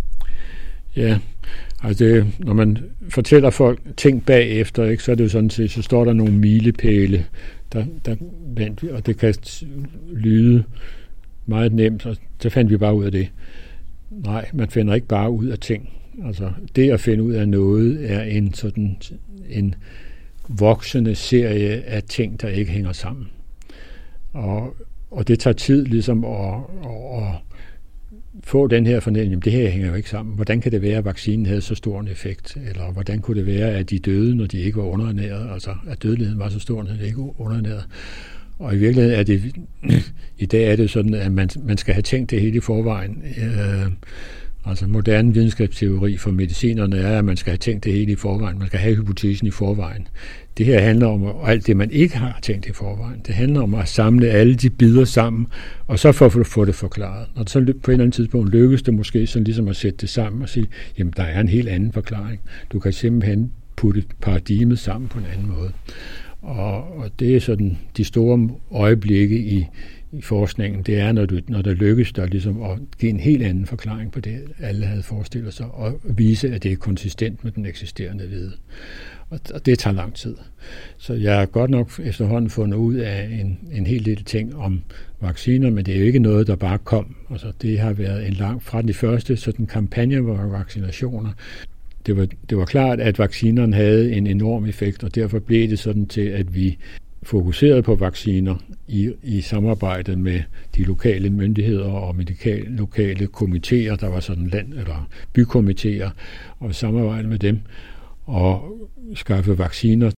Ja, altså det, når man fortæller folk ting bagefter, ikke, så er det jo sådan set, så står der nogle milepæle, der, der vandt vi, og det kan lyde meget nemt, og så fandt vi bare ud af det. Nej, man finder ikke bare ud af ting. Altså det at finde ud af noget er en sådan en voksende serie af ting, der ikke hænger sammen. Og, og det tager tid ligesom at, at, at få den her fornemmelse, det her hænger jo ikke sammen. Hvordan kan det være, at vaccinen havde så stor en effekt? Eller hvordan kunne det være, at de døde, når de ikke var underernæret? Altså at dødeligheden var så stor, når de ikke var underernæret? Og i virkeligheden er det I dag er det sådan, at man, man skal have tænkt det hele i forvejen. Øh, altså moderne videnskabsteori for medicinerne er, at man skal have tænkt det hele i forvejen. Man skal have hypotesen i forvejen. Det her handler om alt det, man ikke har tænkt i forvejen. Det handler om at samle alle de bidder sammen, og så for at få det forklaret. Og så på et eller andet tidspunkt lykkes det måske sådan ligesom at sætte det sammen og sige, jamen der er en helt anden forklaring. Du kan simpelthen putte paradigmet sammen på en anden måde. Og, og det er sådan de store øjeblikke i, i forskningen, det er, når, du, når der lykkes der ligesom at give en helt anden forklaring på det, alle havde forestillet sig, og vise, at det er konsistent med den eksisterende viden. Og det tager lang tid. Så jeg har godt nok efterhånden fundet ud af en, en hel lille ting om vacciner, men det er jo ikke noget, der bare kom. Altså, det har været en lang, fra de første sådan kampagne var vaccinationer. Det var, det var klart, at vaccinerne havde en enorm effekt, og derfor blev det sådan til, at vi fokuserede på vacciner i, i samarbejde med de lokale myndigheder og medikale, lokale komitéer, der var sådan land- eller bykomitéer, og samarbejde med dem og skaffe vacciner.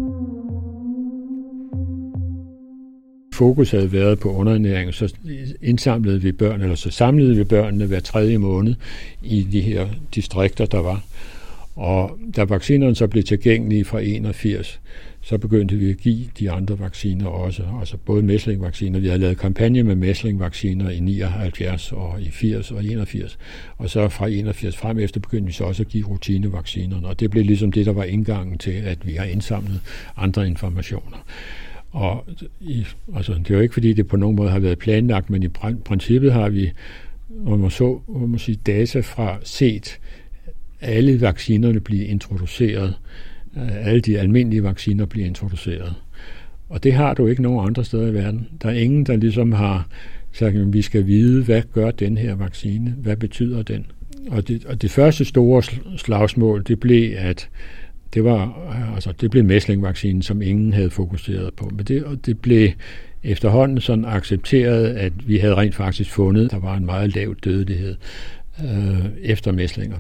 Fokus havde været på underernæring, så indsamlede vi børn, eller så samlede vi børnene hver tredje måned i de her distrikter, der var. Og da vaccinerne så blev tilgængelige fra enogfirs, så begyndte vi at give de andre vacciner også, altså både mæslingvacciner. Vi havde lavet kampagne med mæslingvacciner i nioghalvfjerds og i firs og enogfirs, og så fra enogfirs frem efter begyndte vi så også at give rutinevaccinerne, og det blev ligesom det, der var indgangen til, at vi har indsamlet andre informationer. Og i, altså, det er jo ikke, fordi det på nogen måde har været planlagt, men i princippet har vi, om man så må man sige, data fra set alle vaccinerne blive introduceret, alle de almindelige vacciner bliver introduceret. Og det har du ikke nogen andre steder i verden. Der er ingen, der ligesom har sagt, at vi skal vide, hvad gør den her vaccine? Hvad betyder den? Og det, og det første store slagsmål, det blev, at det var, altså det blev mæslingvaccinen, som ingen havde fokuseret på. Men det, og det blev efterhånden sådan accepteret, at vi havde rent faktisk fundet, at der var en meget lav dødelighed øh, efter mæslinger.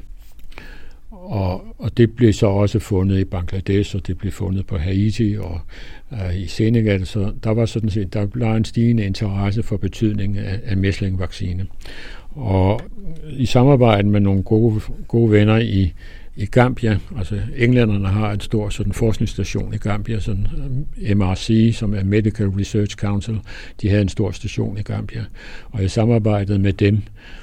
Og, og det blev så også fundet i Bangladesh, og det blev fundet på Haiti og øh, i Senegal, så der var sådan set, der blev en stigende interesse for betydningen af, af mæslingvaccine. Og i samarbejde med nogle gode, gode venner i, i Gambia, altså englænderne har en stor sådan forskningsstation i Gambia, sådan M R C, som er Medical Research Council, de havde en stor station i Gambia, og jeg samarbejdede med dem,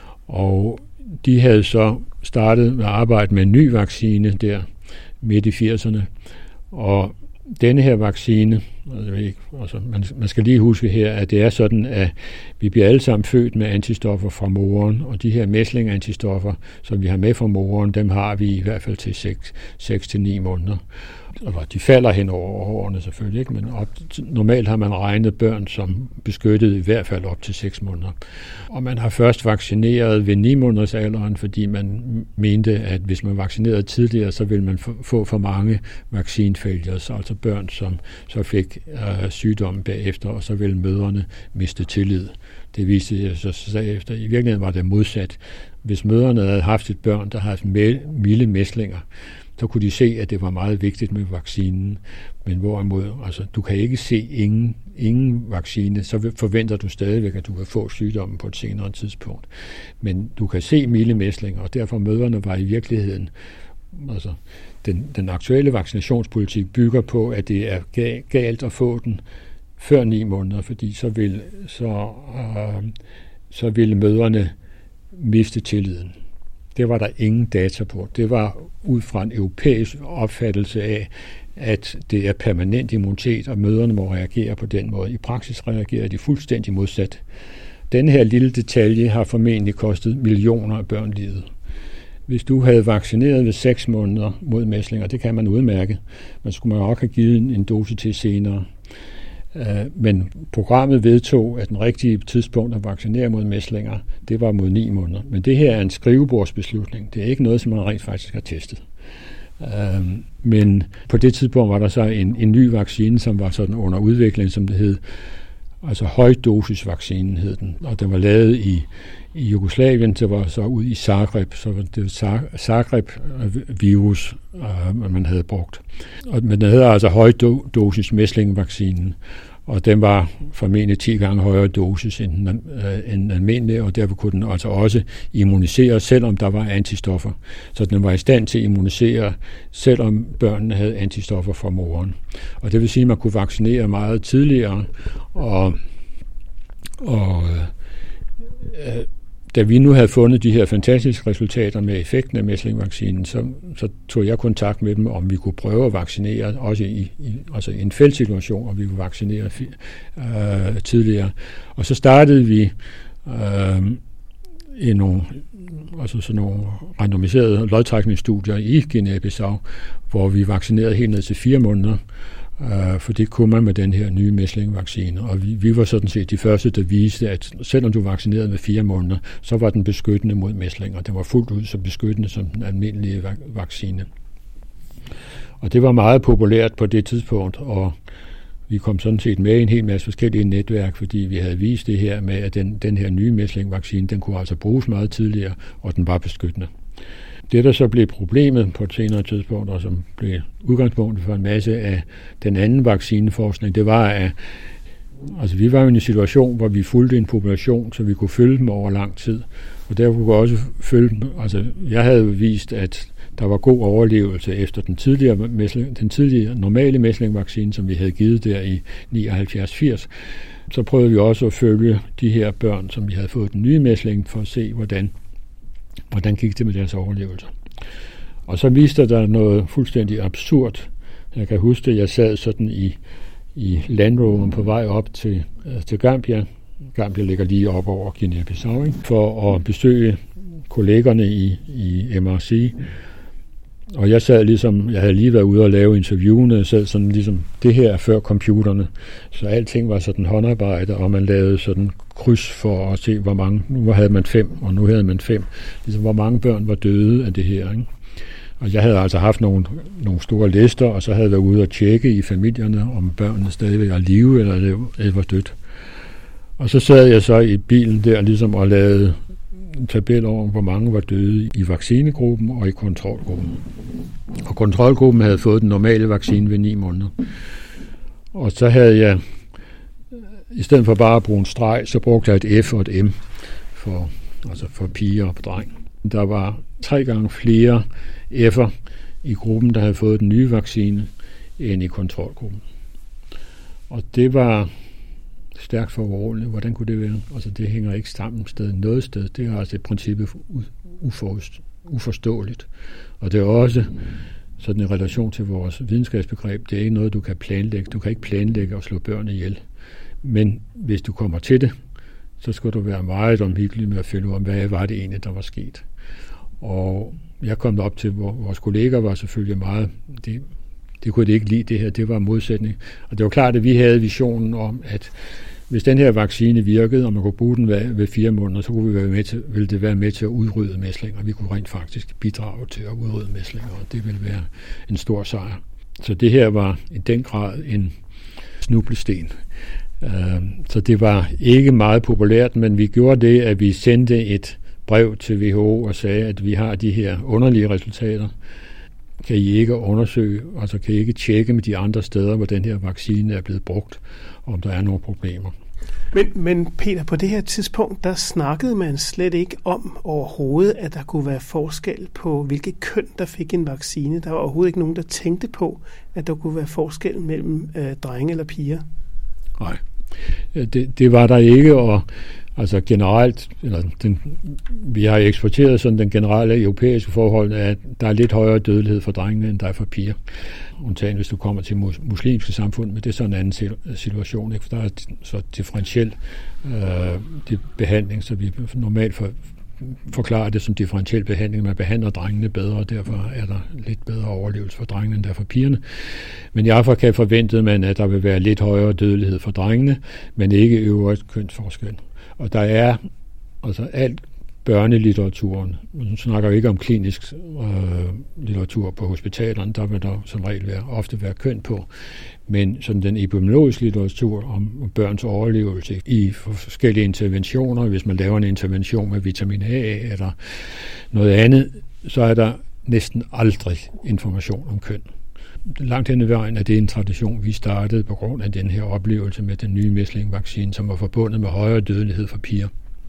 og de havde så startet med at arbejde med en ny vaccine der midt i firserne, og denne her vaccine, altså man, man skal lige huske her, at det er sådan, at vi bliver alle sammen født med antistoffer fra moren, og de her mæsling-antistoffer, som vi har med fra moren, dem har vi i hvert fald til seks til ni måneder. Og de falder hen over årene selvfølgelig, ikke? Men op, normalt har man regnet børn som beskyttet i hvert fald op til seks måneder. Og man har først vaccineret ved ni måneders alderen, fordi man mente, at hvis man vaccinerede tidligere, så ville man få for mange vaccine failures, altså børn, som så fik øh, sygdommen bagefter, og så ville mødrene miste tillid. Det viste jeg så sagde efter. I virkeligheden var det modsat. Hvis mødrene havde haft et børn, der havde haft milde mæslinger, så kunne de se, at det var meget vigtigt med vaccinen. Men hvorimod, altså, du kan ikke se ingen, ingen vaccine, så forventer du stadigvæk, at du kan få sygdommen på et senere tidspunkt. Men du kan se milde mæslinger, og derfor mødrene var i virkeligheden, altså den, den aktuelle vaccinationspolitik bygger på, at det er galt at få den før ni måneder, fordi så vil, så, øh, så ville mødrene miste tilliden. Det var der ingen data på. Det var ud fra en europæisk opfattelse af, at det er permanent immunitet, og mødrene må reagere på den måde. I praksis reagerer de fuldstændig modsat. Denne her lille detalje har formentlig kostet millioner af børn livet. Hvis du havde vaccineret ved seks måneder mod mæslinger, det kan man udmærke, men skulle man også have givet en dose til senere. Men programmet vedtog, at den rigtige tidspunkt at vaccinere mod mæslinger, det var mod ni måneder. Men det her er en skrivebordsbeslutning. Det er ikke noget, som man rent faktisk har testet. Men på det tidspunkt var der så en, en ny vaccine, som var sådan under udvikling, som det hed. Altså højdosisvaccinen hed den. Og den var lavet i, i Jugoslavien, det var så ud i Zagreb, så var det Zagreb-virus, man havde brugt. Og, men den hedder altså højdosis mæslingvaccinen. og den var formentlig ti gange højere dosis end, øh, end almindelig, og derfor kunne den altså også immunisere, selvom der var antistoffer. Så den var i stand til at immunisere, selvom børnene havde antistoffer fra moren. Og det vil sige, at man kunne vaccinere meget tidligere, og, og øh, da vi nu havde fundet de her fantastiske resultater med effekten af mæslingvaccinen, så, så tog jeg kontakt med dem, om vi kunne prøve at vaccinere, også i, i, altså i en feltsituation, om vi kunne vaccinere øh, tidligere. Og så startede vi øh, i nogle, altså sådan nogle randomiserede lodtrækningsstudier i Guinea-Bissau, hvor vi vaccinerede helt ned til fire måneder, Uh, for det kunne man med den her nye mæslingvaccine. Og vi, vi var sådan set de første, der viste, at selvom du vaccinerede med fire måneder, så var den beskyttende mod mæslinger. Den var fuldt ud så beskyttende som den almindelige vaccine. Og det var meget populært på det tidspunkt, og vi kom sådan set med i en hel masse forskellige netværk, fordi vi havde vist det her med, at den, den her nye mæslingvaccine, den kunne altså bruges meget tidligere, og den var beskyttende. Det, der så blev problemet på et senere tidspunkt, og som blev udgangspunktet for en masse af den anden vaccineforskning, det var, at altså, vi var jo i en situation, hvor vi fulgte en population, så vi kunne følge dem over lang tid. Og derfor kunne vi også følge dem. Altså, jeg havde vist, at der var god overlevelse efter den tidligere, mæsling, den tidligere normale mæslingvaccine, som vi havde givet der i nioghalvfjerds firs. Så prøvede vi også at følge de her børn, som vi havde fået den nye mæsling, for at se, hvordan Hvordan gik det med deres overlevelse? Og så viste der noget fuldstændig absurd. Jeg kan huske, at jeg sad sådan i, i landroveren på vej op til, til Gambia. Gambia ligger lige op over Guinea-Bissau, for at besøge kollegerne i, i M R C. Og jeg sad ligesom, jeg havde lige været ude og lave interviewene, jeg sad sådan ligesom, det her før computerne. Så alting var sådan håndarbejde, og man lavede sådan kryds for at se, hvor mange, nu havde man fem, og nu havde man fem. Ligesom, hvor mange børn var døde af det her, ikke? Og jeg havde altså haft nogle, nogle store lister, og så havde jeg været ude og tjekke i familierne, om børnene stadigvæk er i live, eller det var dødt. Og så sad jeg så i bilen der ligesom og lavede en tabel over, hvor mange var døde i vaccinegruppen og i kontrolgruppen. Og kontrolgruppen havde fået den normale vaccine ved ni måneder. Og så havde jeg, i stedet for bare at bruge en streg, så brugte jeg et F og et M for, altså for piger og dreng. Der var tre gange flere F'er i gruppen, der havde fået den nye vaccine, end i kontrolgruppen. Og det var stærkt foruroligende. Hvordan kunne det være? Altså, det hænger ikke sammen sted noget sted. Det er altså i princippet uforståeligt. Og det er også sådan en relation til vores videnskabsbegreb. Det er ikke noget, du kan planlægge. Du kan ikke planlægge at slå børn ihjel. Men hvis du kommer til det, så skal du være meget omhyggelig med at finde ud af, hvad var det egentlig, der var sket. Og jeg kom op til, hvor vores kolleger var selvfølgelig meget, det, det kunne de ikke lide det her, det var modsætning. Og det var klart, at vi havde visionen om, at hvis den her vaccine virkede, og man kunne bruge den ved, ved fire måneder, så kunne vi være med til, ville det være med til at udrydde mæslinger. Vi kunne rent faktisk bidrage til at udrydde mæslinger, og det ville være en stor sejr. Så det her var i den grad en snublesten. Så det var ikke meget populært, men vi gjorde det, at vi sendte et brev til W H O og sagde, at vi har de her underlige resultater. Kan I ikke undersøge, altså kan I ikke tjekke med de andre steder, hvor den her vaccine er blevet brugt, om der er nogle problemer. Men, men Peter, på det her tidspunkt, der snakkede man slet ikke om overhovedet, at der kunne være forskel på, hvilket køn, der fik en vaccine. Der var overhovedet ikke nogen, der tænkte på, at der kunne være forskel mellem øh, drenge eller piger. Nej, det, det var der ikke, og altså generelt, eller den, vi har eksporteret sådan den generelle europæiske forhold, at der er lidt højere dødelighed for drengene, end der er for piger. Undtagen hvis du kommer til mus, muslimske samfund, men det er sådan en anden situation, ikke? For der er så differentiel øh, det behandling, så vi normalt for, forklarer det som differentiel behandling. Man behandler drengene bedre, og derfor er der lidt bedre overlevelse for drengene, end der for pigerne. Men i Afrika forventede man, at der vil være lidt højere dødelighed for drengene, men ikke øvrigt kønsforskel. Og der er altså alt børnelitteraturen. Nu snakker vi ikke om klinisk øh, litteratur på hospitalerne, der vil der som regel være, ofte være køn på. Men sådan den epidemiologiske litteratur om børns overlevelse i forskellige interventioner, hvis man laver en intervention med vitamin A eller noget andet, så er der næsten aldrig information om køn. langt hen ad vejen er det en tradition, vi startede på grund af den her oplevelse med den nye mæslingvaccine, som var forbundet med højere dødelighed for piger.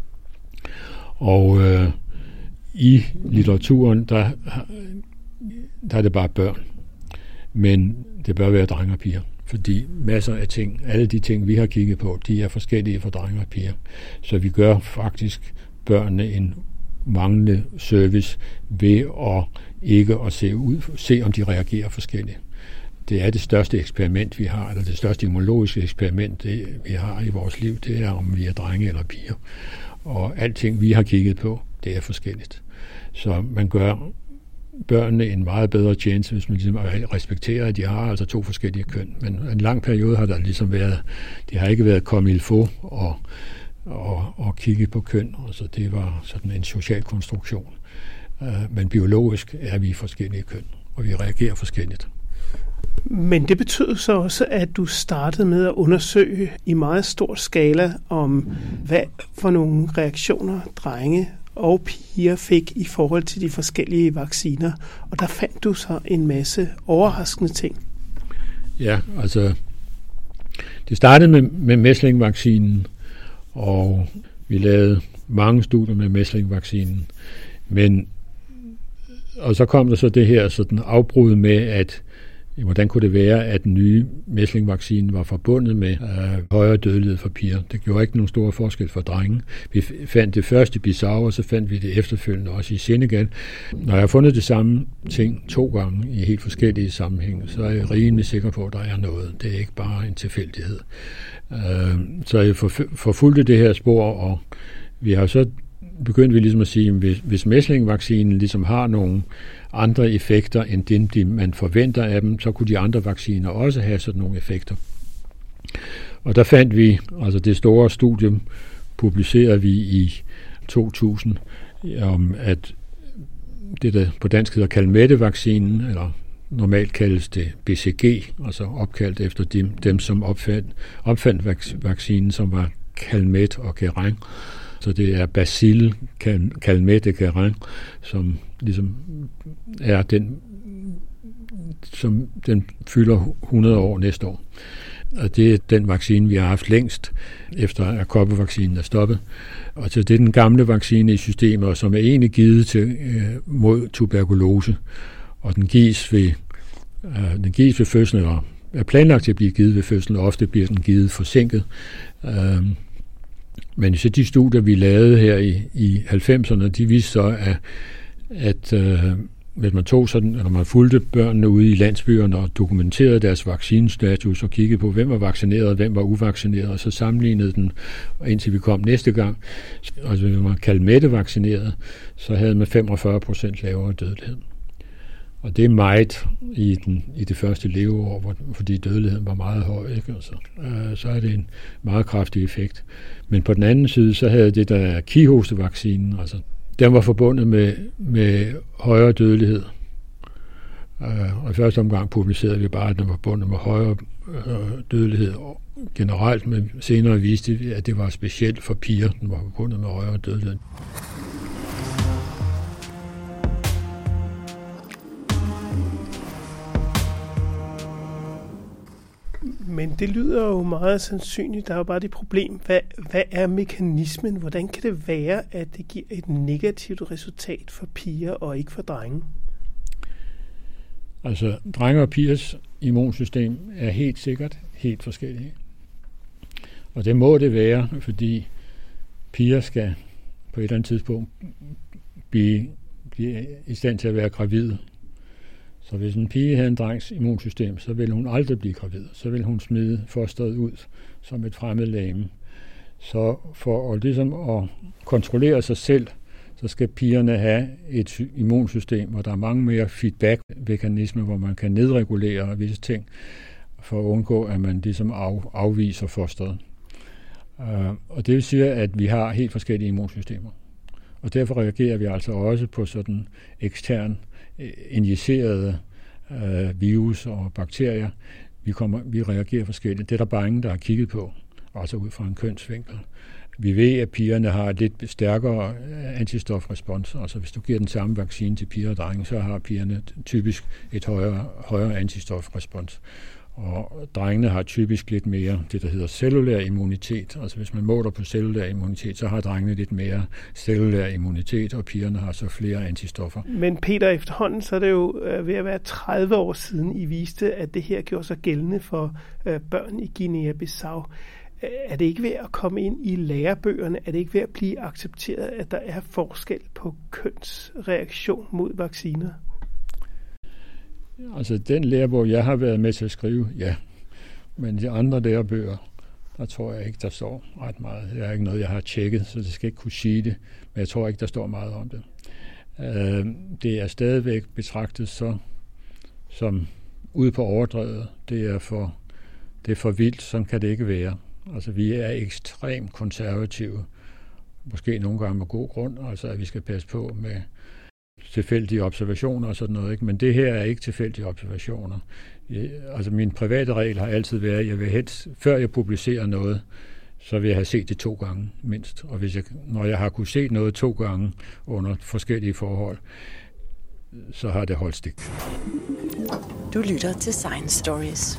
Og øh, i litteraturen, der, der er det bare børn. Men det bør være drenge og piger. Fordi masser af ting, alle de ting, vi har kigget på, de er forskellige for drenge og piger. Så vi gør faktisk børnene en manglende service ved at ikke at se, ud, se, om de reagerer forskelligt. Det er det største eksperiment, vi har, eller det største immunologiske eksperiment, det, vi har i vores liv, det er, om vi er drenge eller piger. Og alting, vi har kigget på, det er forskelligt. Så man gør børnene en meget bedre tjeneste, hvis man ligesom respekterer, at de har altså to forskellige køn. Men en lang periode har der ligesom været, det har ikke været comme il faut og, og, og kigge på køn. Altså det var sådan en social konstruktion. Men biologisk er vi forskellige køn, og vi reagerer forskelligt. Men det betød så også, at du startede med at undersøge i meget stor skala om, hvad for nogle reaktioner drenge og piger fik i forhold til de forskellige vacciner. Og der fandt du så en masse overraskende ting. Ja, altså det startede med, med mæslingvaccinen, og vi lavede mange studier med mæslingvaccinen. Men og så kom der så det her sådan afbrud med, at hvordan kunne det være, at den nye mæslingvaccine var forbundet med øh, højere dødelighed for piger. Det gjorde ikke nogen store forskel for drenge. Vi fandt det først i Bissau, og så fandt vi det efterfølgende også i Senegal. Når jeg har fundet det samme ting to gange i helt forskellige sammenhænge, så er jeg rimelig sikker på, at der er noget. Det er ikke bare en tilfældighed. Øh, så jeg forfulgte det her spor, og vi har så begyndte vi ligesom at sige, at hvis, hvis mæslingvaccinen ligesom har nogle andre effekter, end dem, de man forventer af dem, så kunne de andre vacciner også have sådan nogle effekter. Og der fandt vi, altså det store studie publicerede vi i to tusind, om at det, der på dansk hedder Calmette-vaccinen, eller normalt kaldes det B C G, altså opkaldt efter dem, dem som opfandt, opfandt vaccinen, som var Calmette og Guerin. Så det er Bacille Calmette Guerin, som ligesom er den, som den fylder hundrede år næste år. Og det er den vaccine, vi har haft længst, efter at koppervaccinen er stoppet. Og så det er den gamle vaccine i systemet, som er egentlig givet til, øh, mod tuberkulose. Og den gives ved, øh, den gives ved fødslen, eller er planlagt til at blive givet ved fødslen, og ofte bliver den givet forsinket. Øh, Men så de studier, vi lavede her i, i halvfemserne, de viste så, at, at øh, hvis man tog sådan, eller man fulgte børnene ude i landsbyerne og dokumenterede deres vaccinestatus og kiggede på, hvem var vaccineret og hvem var uvaccineret, og så sammenlignede den, indtil vi kom næste gang. Altså, hvis man var Calmette-vaccineret, så havde man femogfyrre procent lavere dødelighed. Og det er meget i, den, i det første leveår, hvor, fordi dødeligheden var meget høj. Ikke? Altså, øh, så er det en meget kraftig effekt. Men på den anden side, så havde det der kihostevaccinen, altså den var forbundet med, med højere dødelighed. Øh, og i første omgang publicerede vi bare, at den var forbundet med højere øh, dødelighed generelt, men senere viste vi, at det var specielt for piger, den var forbundet med højere dødelighed. Men det lyder jo meget sandsynligt. Der er jo bare det problem. Hvad, hvad er mekanismen? Hvordan kan det være, at det giver et negativt resultat for piger og ikke for drenge? Altså, drenge og pigers immunsystem er helt sikkert helt forskellige. Og det må det være, fordi piger skal på et eller andet tidspunkt blive, blive i stand til at være gravide. Så hvis en pige havde en drengs immunsystem, så ville hun aldrig blive gravid. Så ville hun smide fosteret ud som et fremmed legeme. Så for at, ligesom at kontrollere sig selv, så skal pigerne have et immunsystem, hvor der er mange mere feedback-mekanismer, hvor man kan nedregulere visse ting, for at undgå, at man ligesom af, afviser fosteret. Uh, og det vil sige, at vi har helt forskellige immunsystemer. Og derfor reagerer vi altså også på sådan ekstern injicerede øh, virus og bakterier. Vi, kommer, vi reagerer forskelligt. Det er der bare ingen, der har kigget på, også ud fra en kønsvinkel. Vi ved, at pigerne har et lidt stærkere antistofrespons. Altså hvis du giver den samme vaccine til piger og drenge, så har pigerne typisk et højere, højere antistofrespons. Og drengene har typisk lidt mere det, der hedder cellulær immunitet. Altså hvis man måler på cellulær immunitet, så har drengene lidt mere cellulær immunitet, og pigerne har så flere antistoffer. Men Peter, efterhånden så er det jo ved at være tredive år siden, I viste, at det her gjorde sig gældende for børn i Guinea-Bissau. Er det ikke ved at komme ind i lærebøgerne? Er det ikke ved at blive accepteret, at der er forskel på kønsreaktion mod vacciner? Altså den lærebog, jeg har været med til at skrive, ja. Men de andre lærebøger, der tror jeg ikke, der står ret meget. Det er ikke noget, jeg har tjekket, så det skal ikke kunne sige det. Men jeg tror ikke, der står meget om det. Det er stadigvæk betragtet så, som ude på overdrevet. Det er for, det er for vildt, sådan kan det ikke være. Altså vi er ekstremt konservative. Måske nogle gange med god grund, altså at vi skal passe på med tilfældige observationer og sådan noget, ikke? Men det her er ikke tilfældige observationer. Jeg, altså min private regel har altid været, at jeg vil helst, før jeg publicerer noget, så vil jeg have set det to gange mindst. Og hvis jeg, når jeg har kunne se noget to gange under forskellige forhold, så har det holdt stik. Du lytter til Science Stories.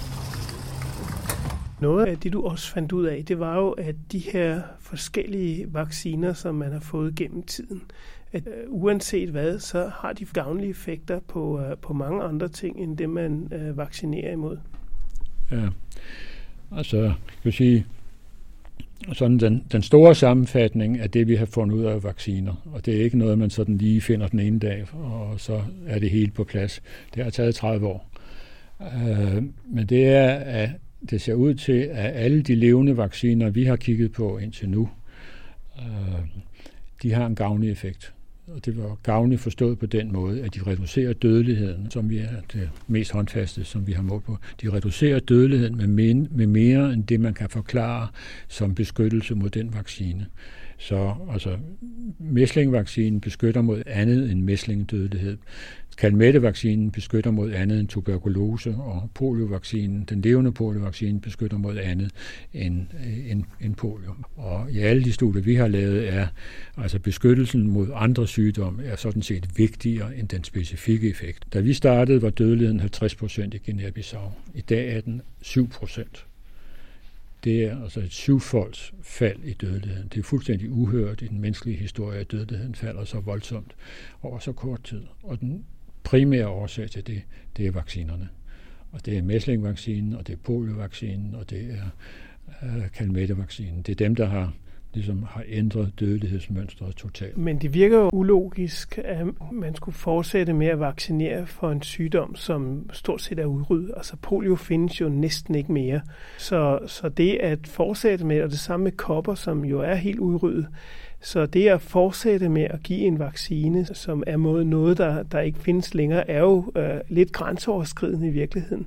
Noget af det, du også fandt ud af, det var jo, at de her forskellige vacciner, som man har fået gennem tiden, at uh, uanset hvad, så har de gavnlige effekter på, uh, på mange andre ting, end det man uh, vaccinerer imod. Ja, altså, jeg vil sige, sådan den, den store sammenfatning af det, vi har fundet ud af vacciner, og det er ikke noget, man sådan lige finder den ene dag, og så er det helt på plads. Det har taget tredive år. Uh, men det er, at det ser ud til, at alle de levende vacciner, vi har kigget på indtil nu, uh, de har en gavnlig effekt. Og det var gavnligt forstået på den måde, at de reducerer dødeligheden, som vi er det mest håndfaste, som vi har målt på. De reducerer dødeligheden med, men, med mere end det, man kan forklare som beskyttelse mod den vaccine. Så altså, mæslingvaccinen beskytter mod andet end mæslingdødelighed. Kalmettevaccinen beskytter mod andet end tuberkulose, og poliovaccinen, den levende poliovaccine, beskytter mod andet end, end, end polio. Og i alle de studier, vi har lavet, er altså beskyttelsen mod andre sygdomme er sådan set vigtigere end den specifikke effekt. Da vi startede, var dødeligheden halvtreds procent i Guinea-Bissau. I dag er den syv procent. Det er altså et syvfolds fald i dødeligheden. Det er fuldstændig uhørt i den menneskelige historie, at dødeligheden falder så voldsomt over så kort tid. Og den primære årsag til det, det er vaccinerne. Og det er mæslingvaccinen, og det er poliovaccinen, og det er uh, kalmettevaccinen. Det er dem, der har ligesom har ændret dødelighedsmønstret totalt. Men det virker jo ulogisk, at man skulle fortsætte med at vaccinere for en sygdom, som stort set er udryddet. Altså polio findes jo næsten ikke mere. Så, så det at fortsætte med, og det samme med kopper, som jo er helt udryddet, så det at fortsætte med at give en vaccine, som er mod noget, der, der ikke findes længere, er jo øh, lidt grænseoverskridende i virkeligheden.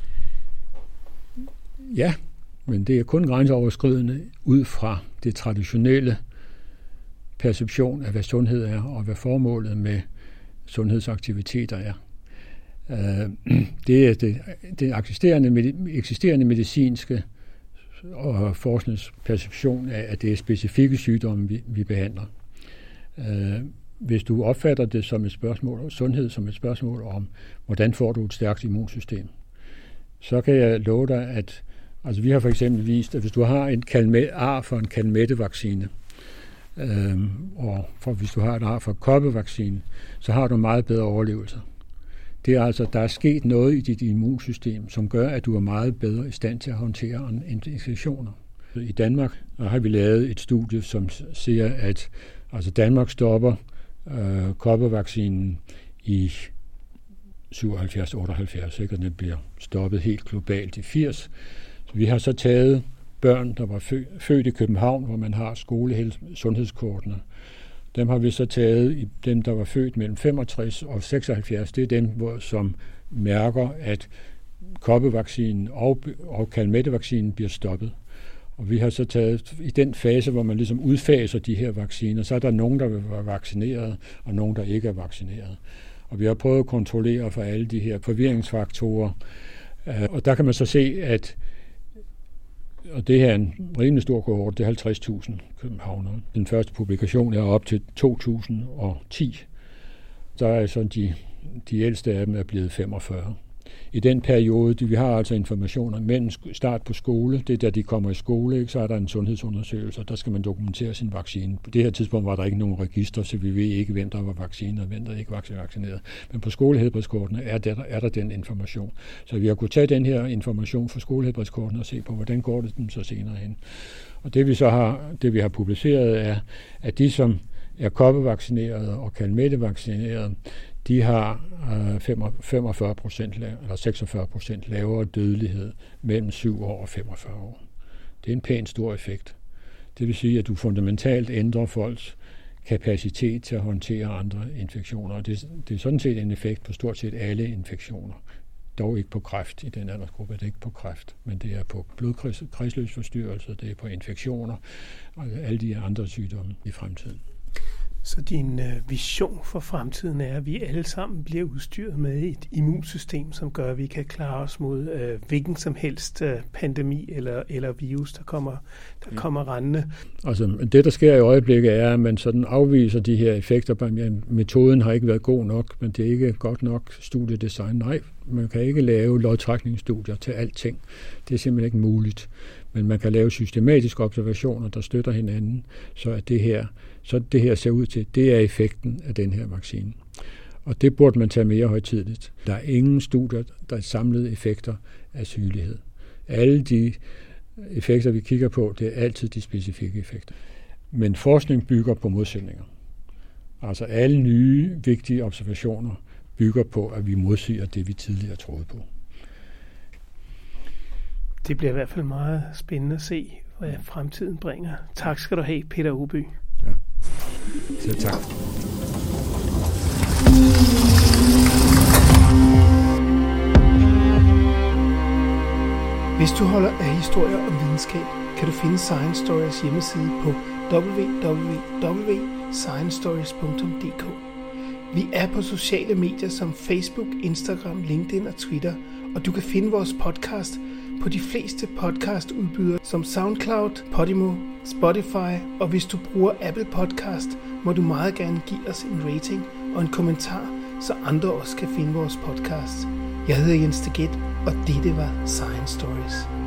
Ja, men det er kun grænseoverskridende ud fra det traditionelle perception af, hvad sundhed er, og hvad formålet med sundhedsaktiviteter er. Det er det, det eksisterende, eksisterende medicinske og forskningsperception af, at det er specifikke sygdomme, vi, vi behandler. Hvis du opfatter det som et spørgsmål, sundhed som et spørgsmål om, hvordan får du et stærkt immunsystem, så kan jeg love dig, at altså vi har for eksempel vist, at hvis du har en kalme, ar for en kalmettevaccine, øhm, og for, hvis du har et ar for koppevaccine, så har du meget bedre overlevelse. Det er altså, der er sket noget i dit immunsystem, som gør, at du er meget bedre i stand til at håndtere infektioner. I Danmark har vi lavet et studie, som siger, at altså Danmark stopper øh, koppevaccinen i syvoghalvfjerds otteoghalvfjerds, ikke? Og den bliver stoppet helt globalt i firs. Så vi har så taget børn, der var født i København, hvor man har skolesundhedskortene. Dem har vi så taget i dem, der var født mellem femogtres og seksoghalvfjerds. Det er dem, hvor, som mærker, at koppevaccinen og, og kalmettevaccinen bliver stoppet. Og vi har så taget i den fase, hvor man ligesom udfaser de her vacciner, så er der nogen, der vil være vaccineret, og nogen, der ikke er vaccineret. Og vi har prøvet at kontrollere for alle de her forvirringsfaktorer. Og der kan man så se, at Og det her er en rimelig stor kohort, det er halvtreds tusind københavnere. Den første publikation er op til to tusind og ti. Der er sådan de, de ældste af dem er blevet femogfyrre. I den periode, vi har altså informationer mellem start på skole, det er da de kommer i skole, ikke, så er der en sundhedsundersøgelse, og der skal man dokumentere sin vaccine. På det her tidspunkt var der ikke nogen register, så vi ved ikke, hvem der var vaccineret og hvem der ikke var vaccineret. Men på skolehelbredskortene er der, er der den information. Så vi har kunnet tage den her information fra skolehelbredskortene og se på, hvordan går det dem så senere hen. Og det vi så har, det vi har publiceret er, at de som er koppevaccinerede og kalmette-vaccinerede, de har femogfyrre procent eller seksogfyrre procent lavere dødelighed mellem syv år og femogfyrre år. Det er en pænt stor effekt. Det vil sige, at du fundamentalt ændrer folks kapacitet til at håndtere andre infektioner. Det, det er sådan set en effekt på stort set alle infektioner. Dog ikke på kræft i den aldersgruppe, det er ikke på kræft, men det er på blodkredsløbsforstyrrelser, det er på infektioner og alle de andre sygdomme i fremtiden. Så din øh, vision for fremtiden er, at vi alle sammen bliver udstyret med et immunsystem, som gør, at vi kan klare os mod øh, hvilken som helst øh, pandemi eller, eller virus, der kommer, der ja. kommer rendende. Altså, det, der sker i øjeblikket, er, at man sådan afviser de her effekter. Metoden har ikke været god nok, men det er ikke godt nok studiedesign. Nej, man kan ikke lave lodtrækningsstudier til alting. Det er simpelthen ikke muligt. Men man kan lave systematiske observationer, der støtter hinanden, så at det her, så det her ser ud til, det er effekten af den her vaccine. Og det burde man tage mere højtidigt. Der er ingen studier, der er samlede effekter af sygelighed. Alle de effekter, vi kigger på, det er altid de specifikke effekter. Men forskning bygger på modsætninger. Altså alle nye, vigtige observationer bygger på, at vi modsiger det, vi tidligere troede på. Det bliver i hvert fald meget spændende at se, hvad fremtiden bringer. Tak skal du have, Peter Uby. Ja. Selv tak. Hvis du holder af historier og videnskab, kan du finde Science Stories hjemmeside på w w w punktum science stories punktum d k. Vi er på sociale medier som Facebook, Instagram, LinkedIn og Twitter, og du kan finde vores podcast på de fleste podcastudbydere som SoundCloud, Podimo, Spotify, og hvis du bruger Apple Podcast, må du meget gerne give os en rating og en kommentar, så andre også kan finde vores podcast. Jeg hedder Jens Deget, og dette var Science Stories.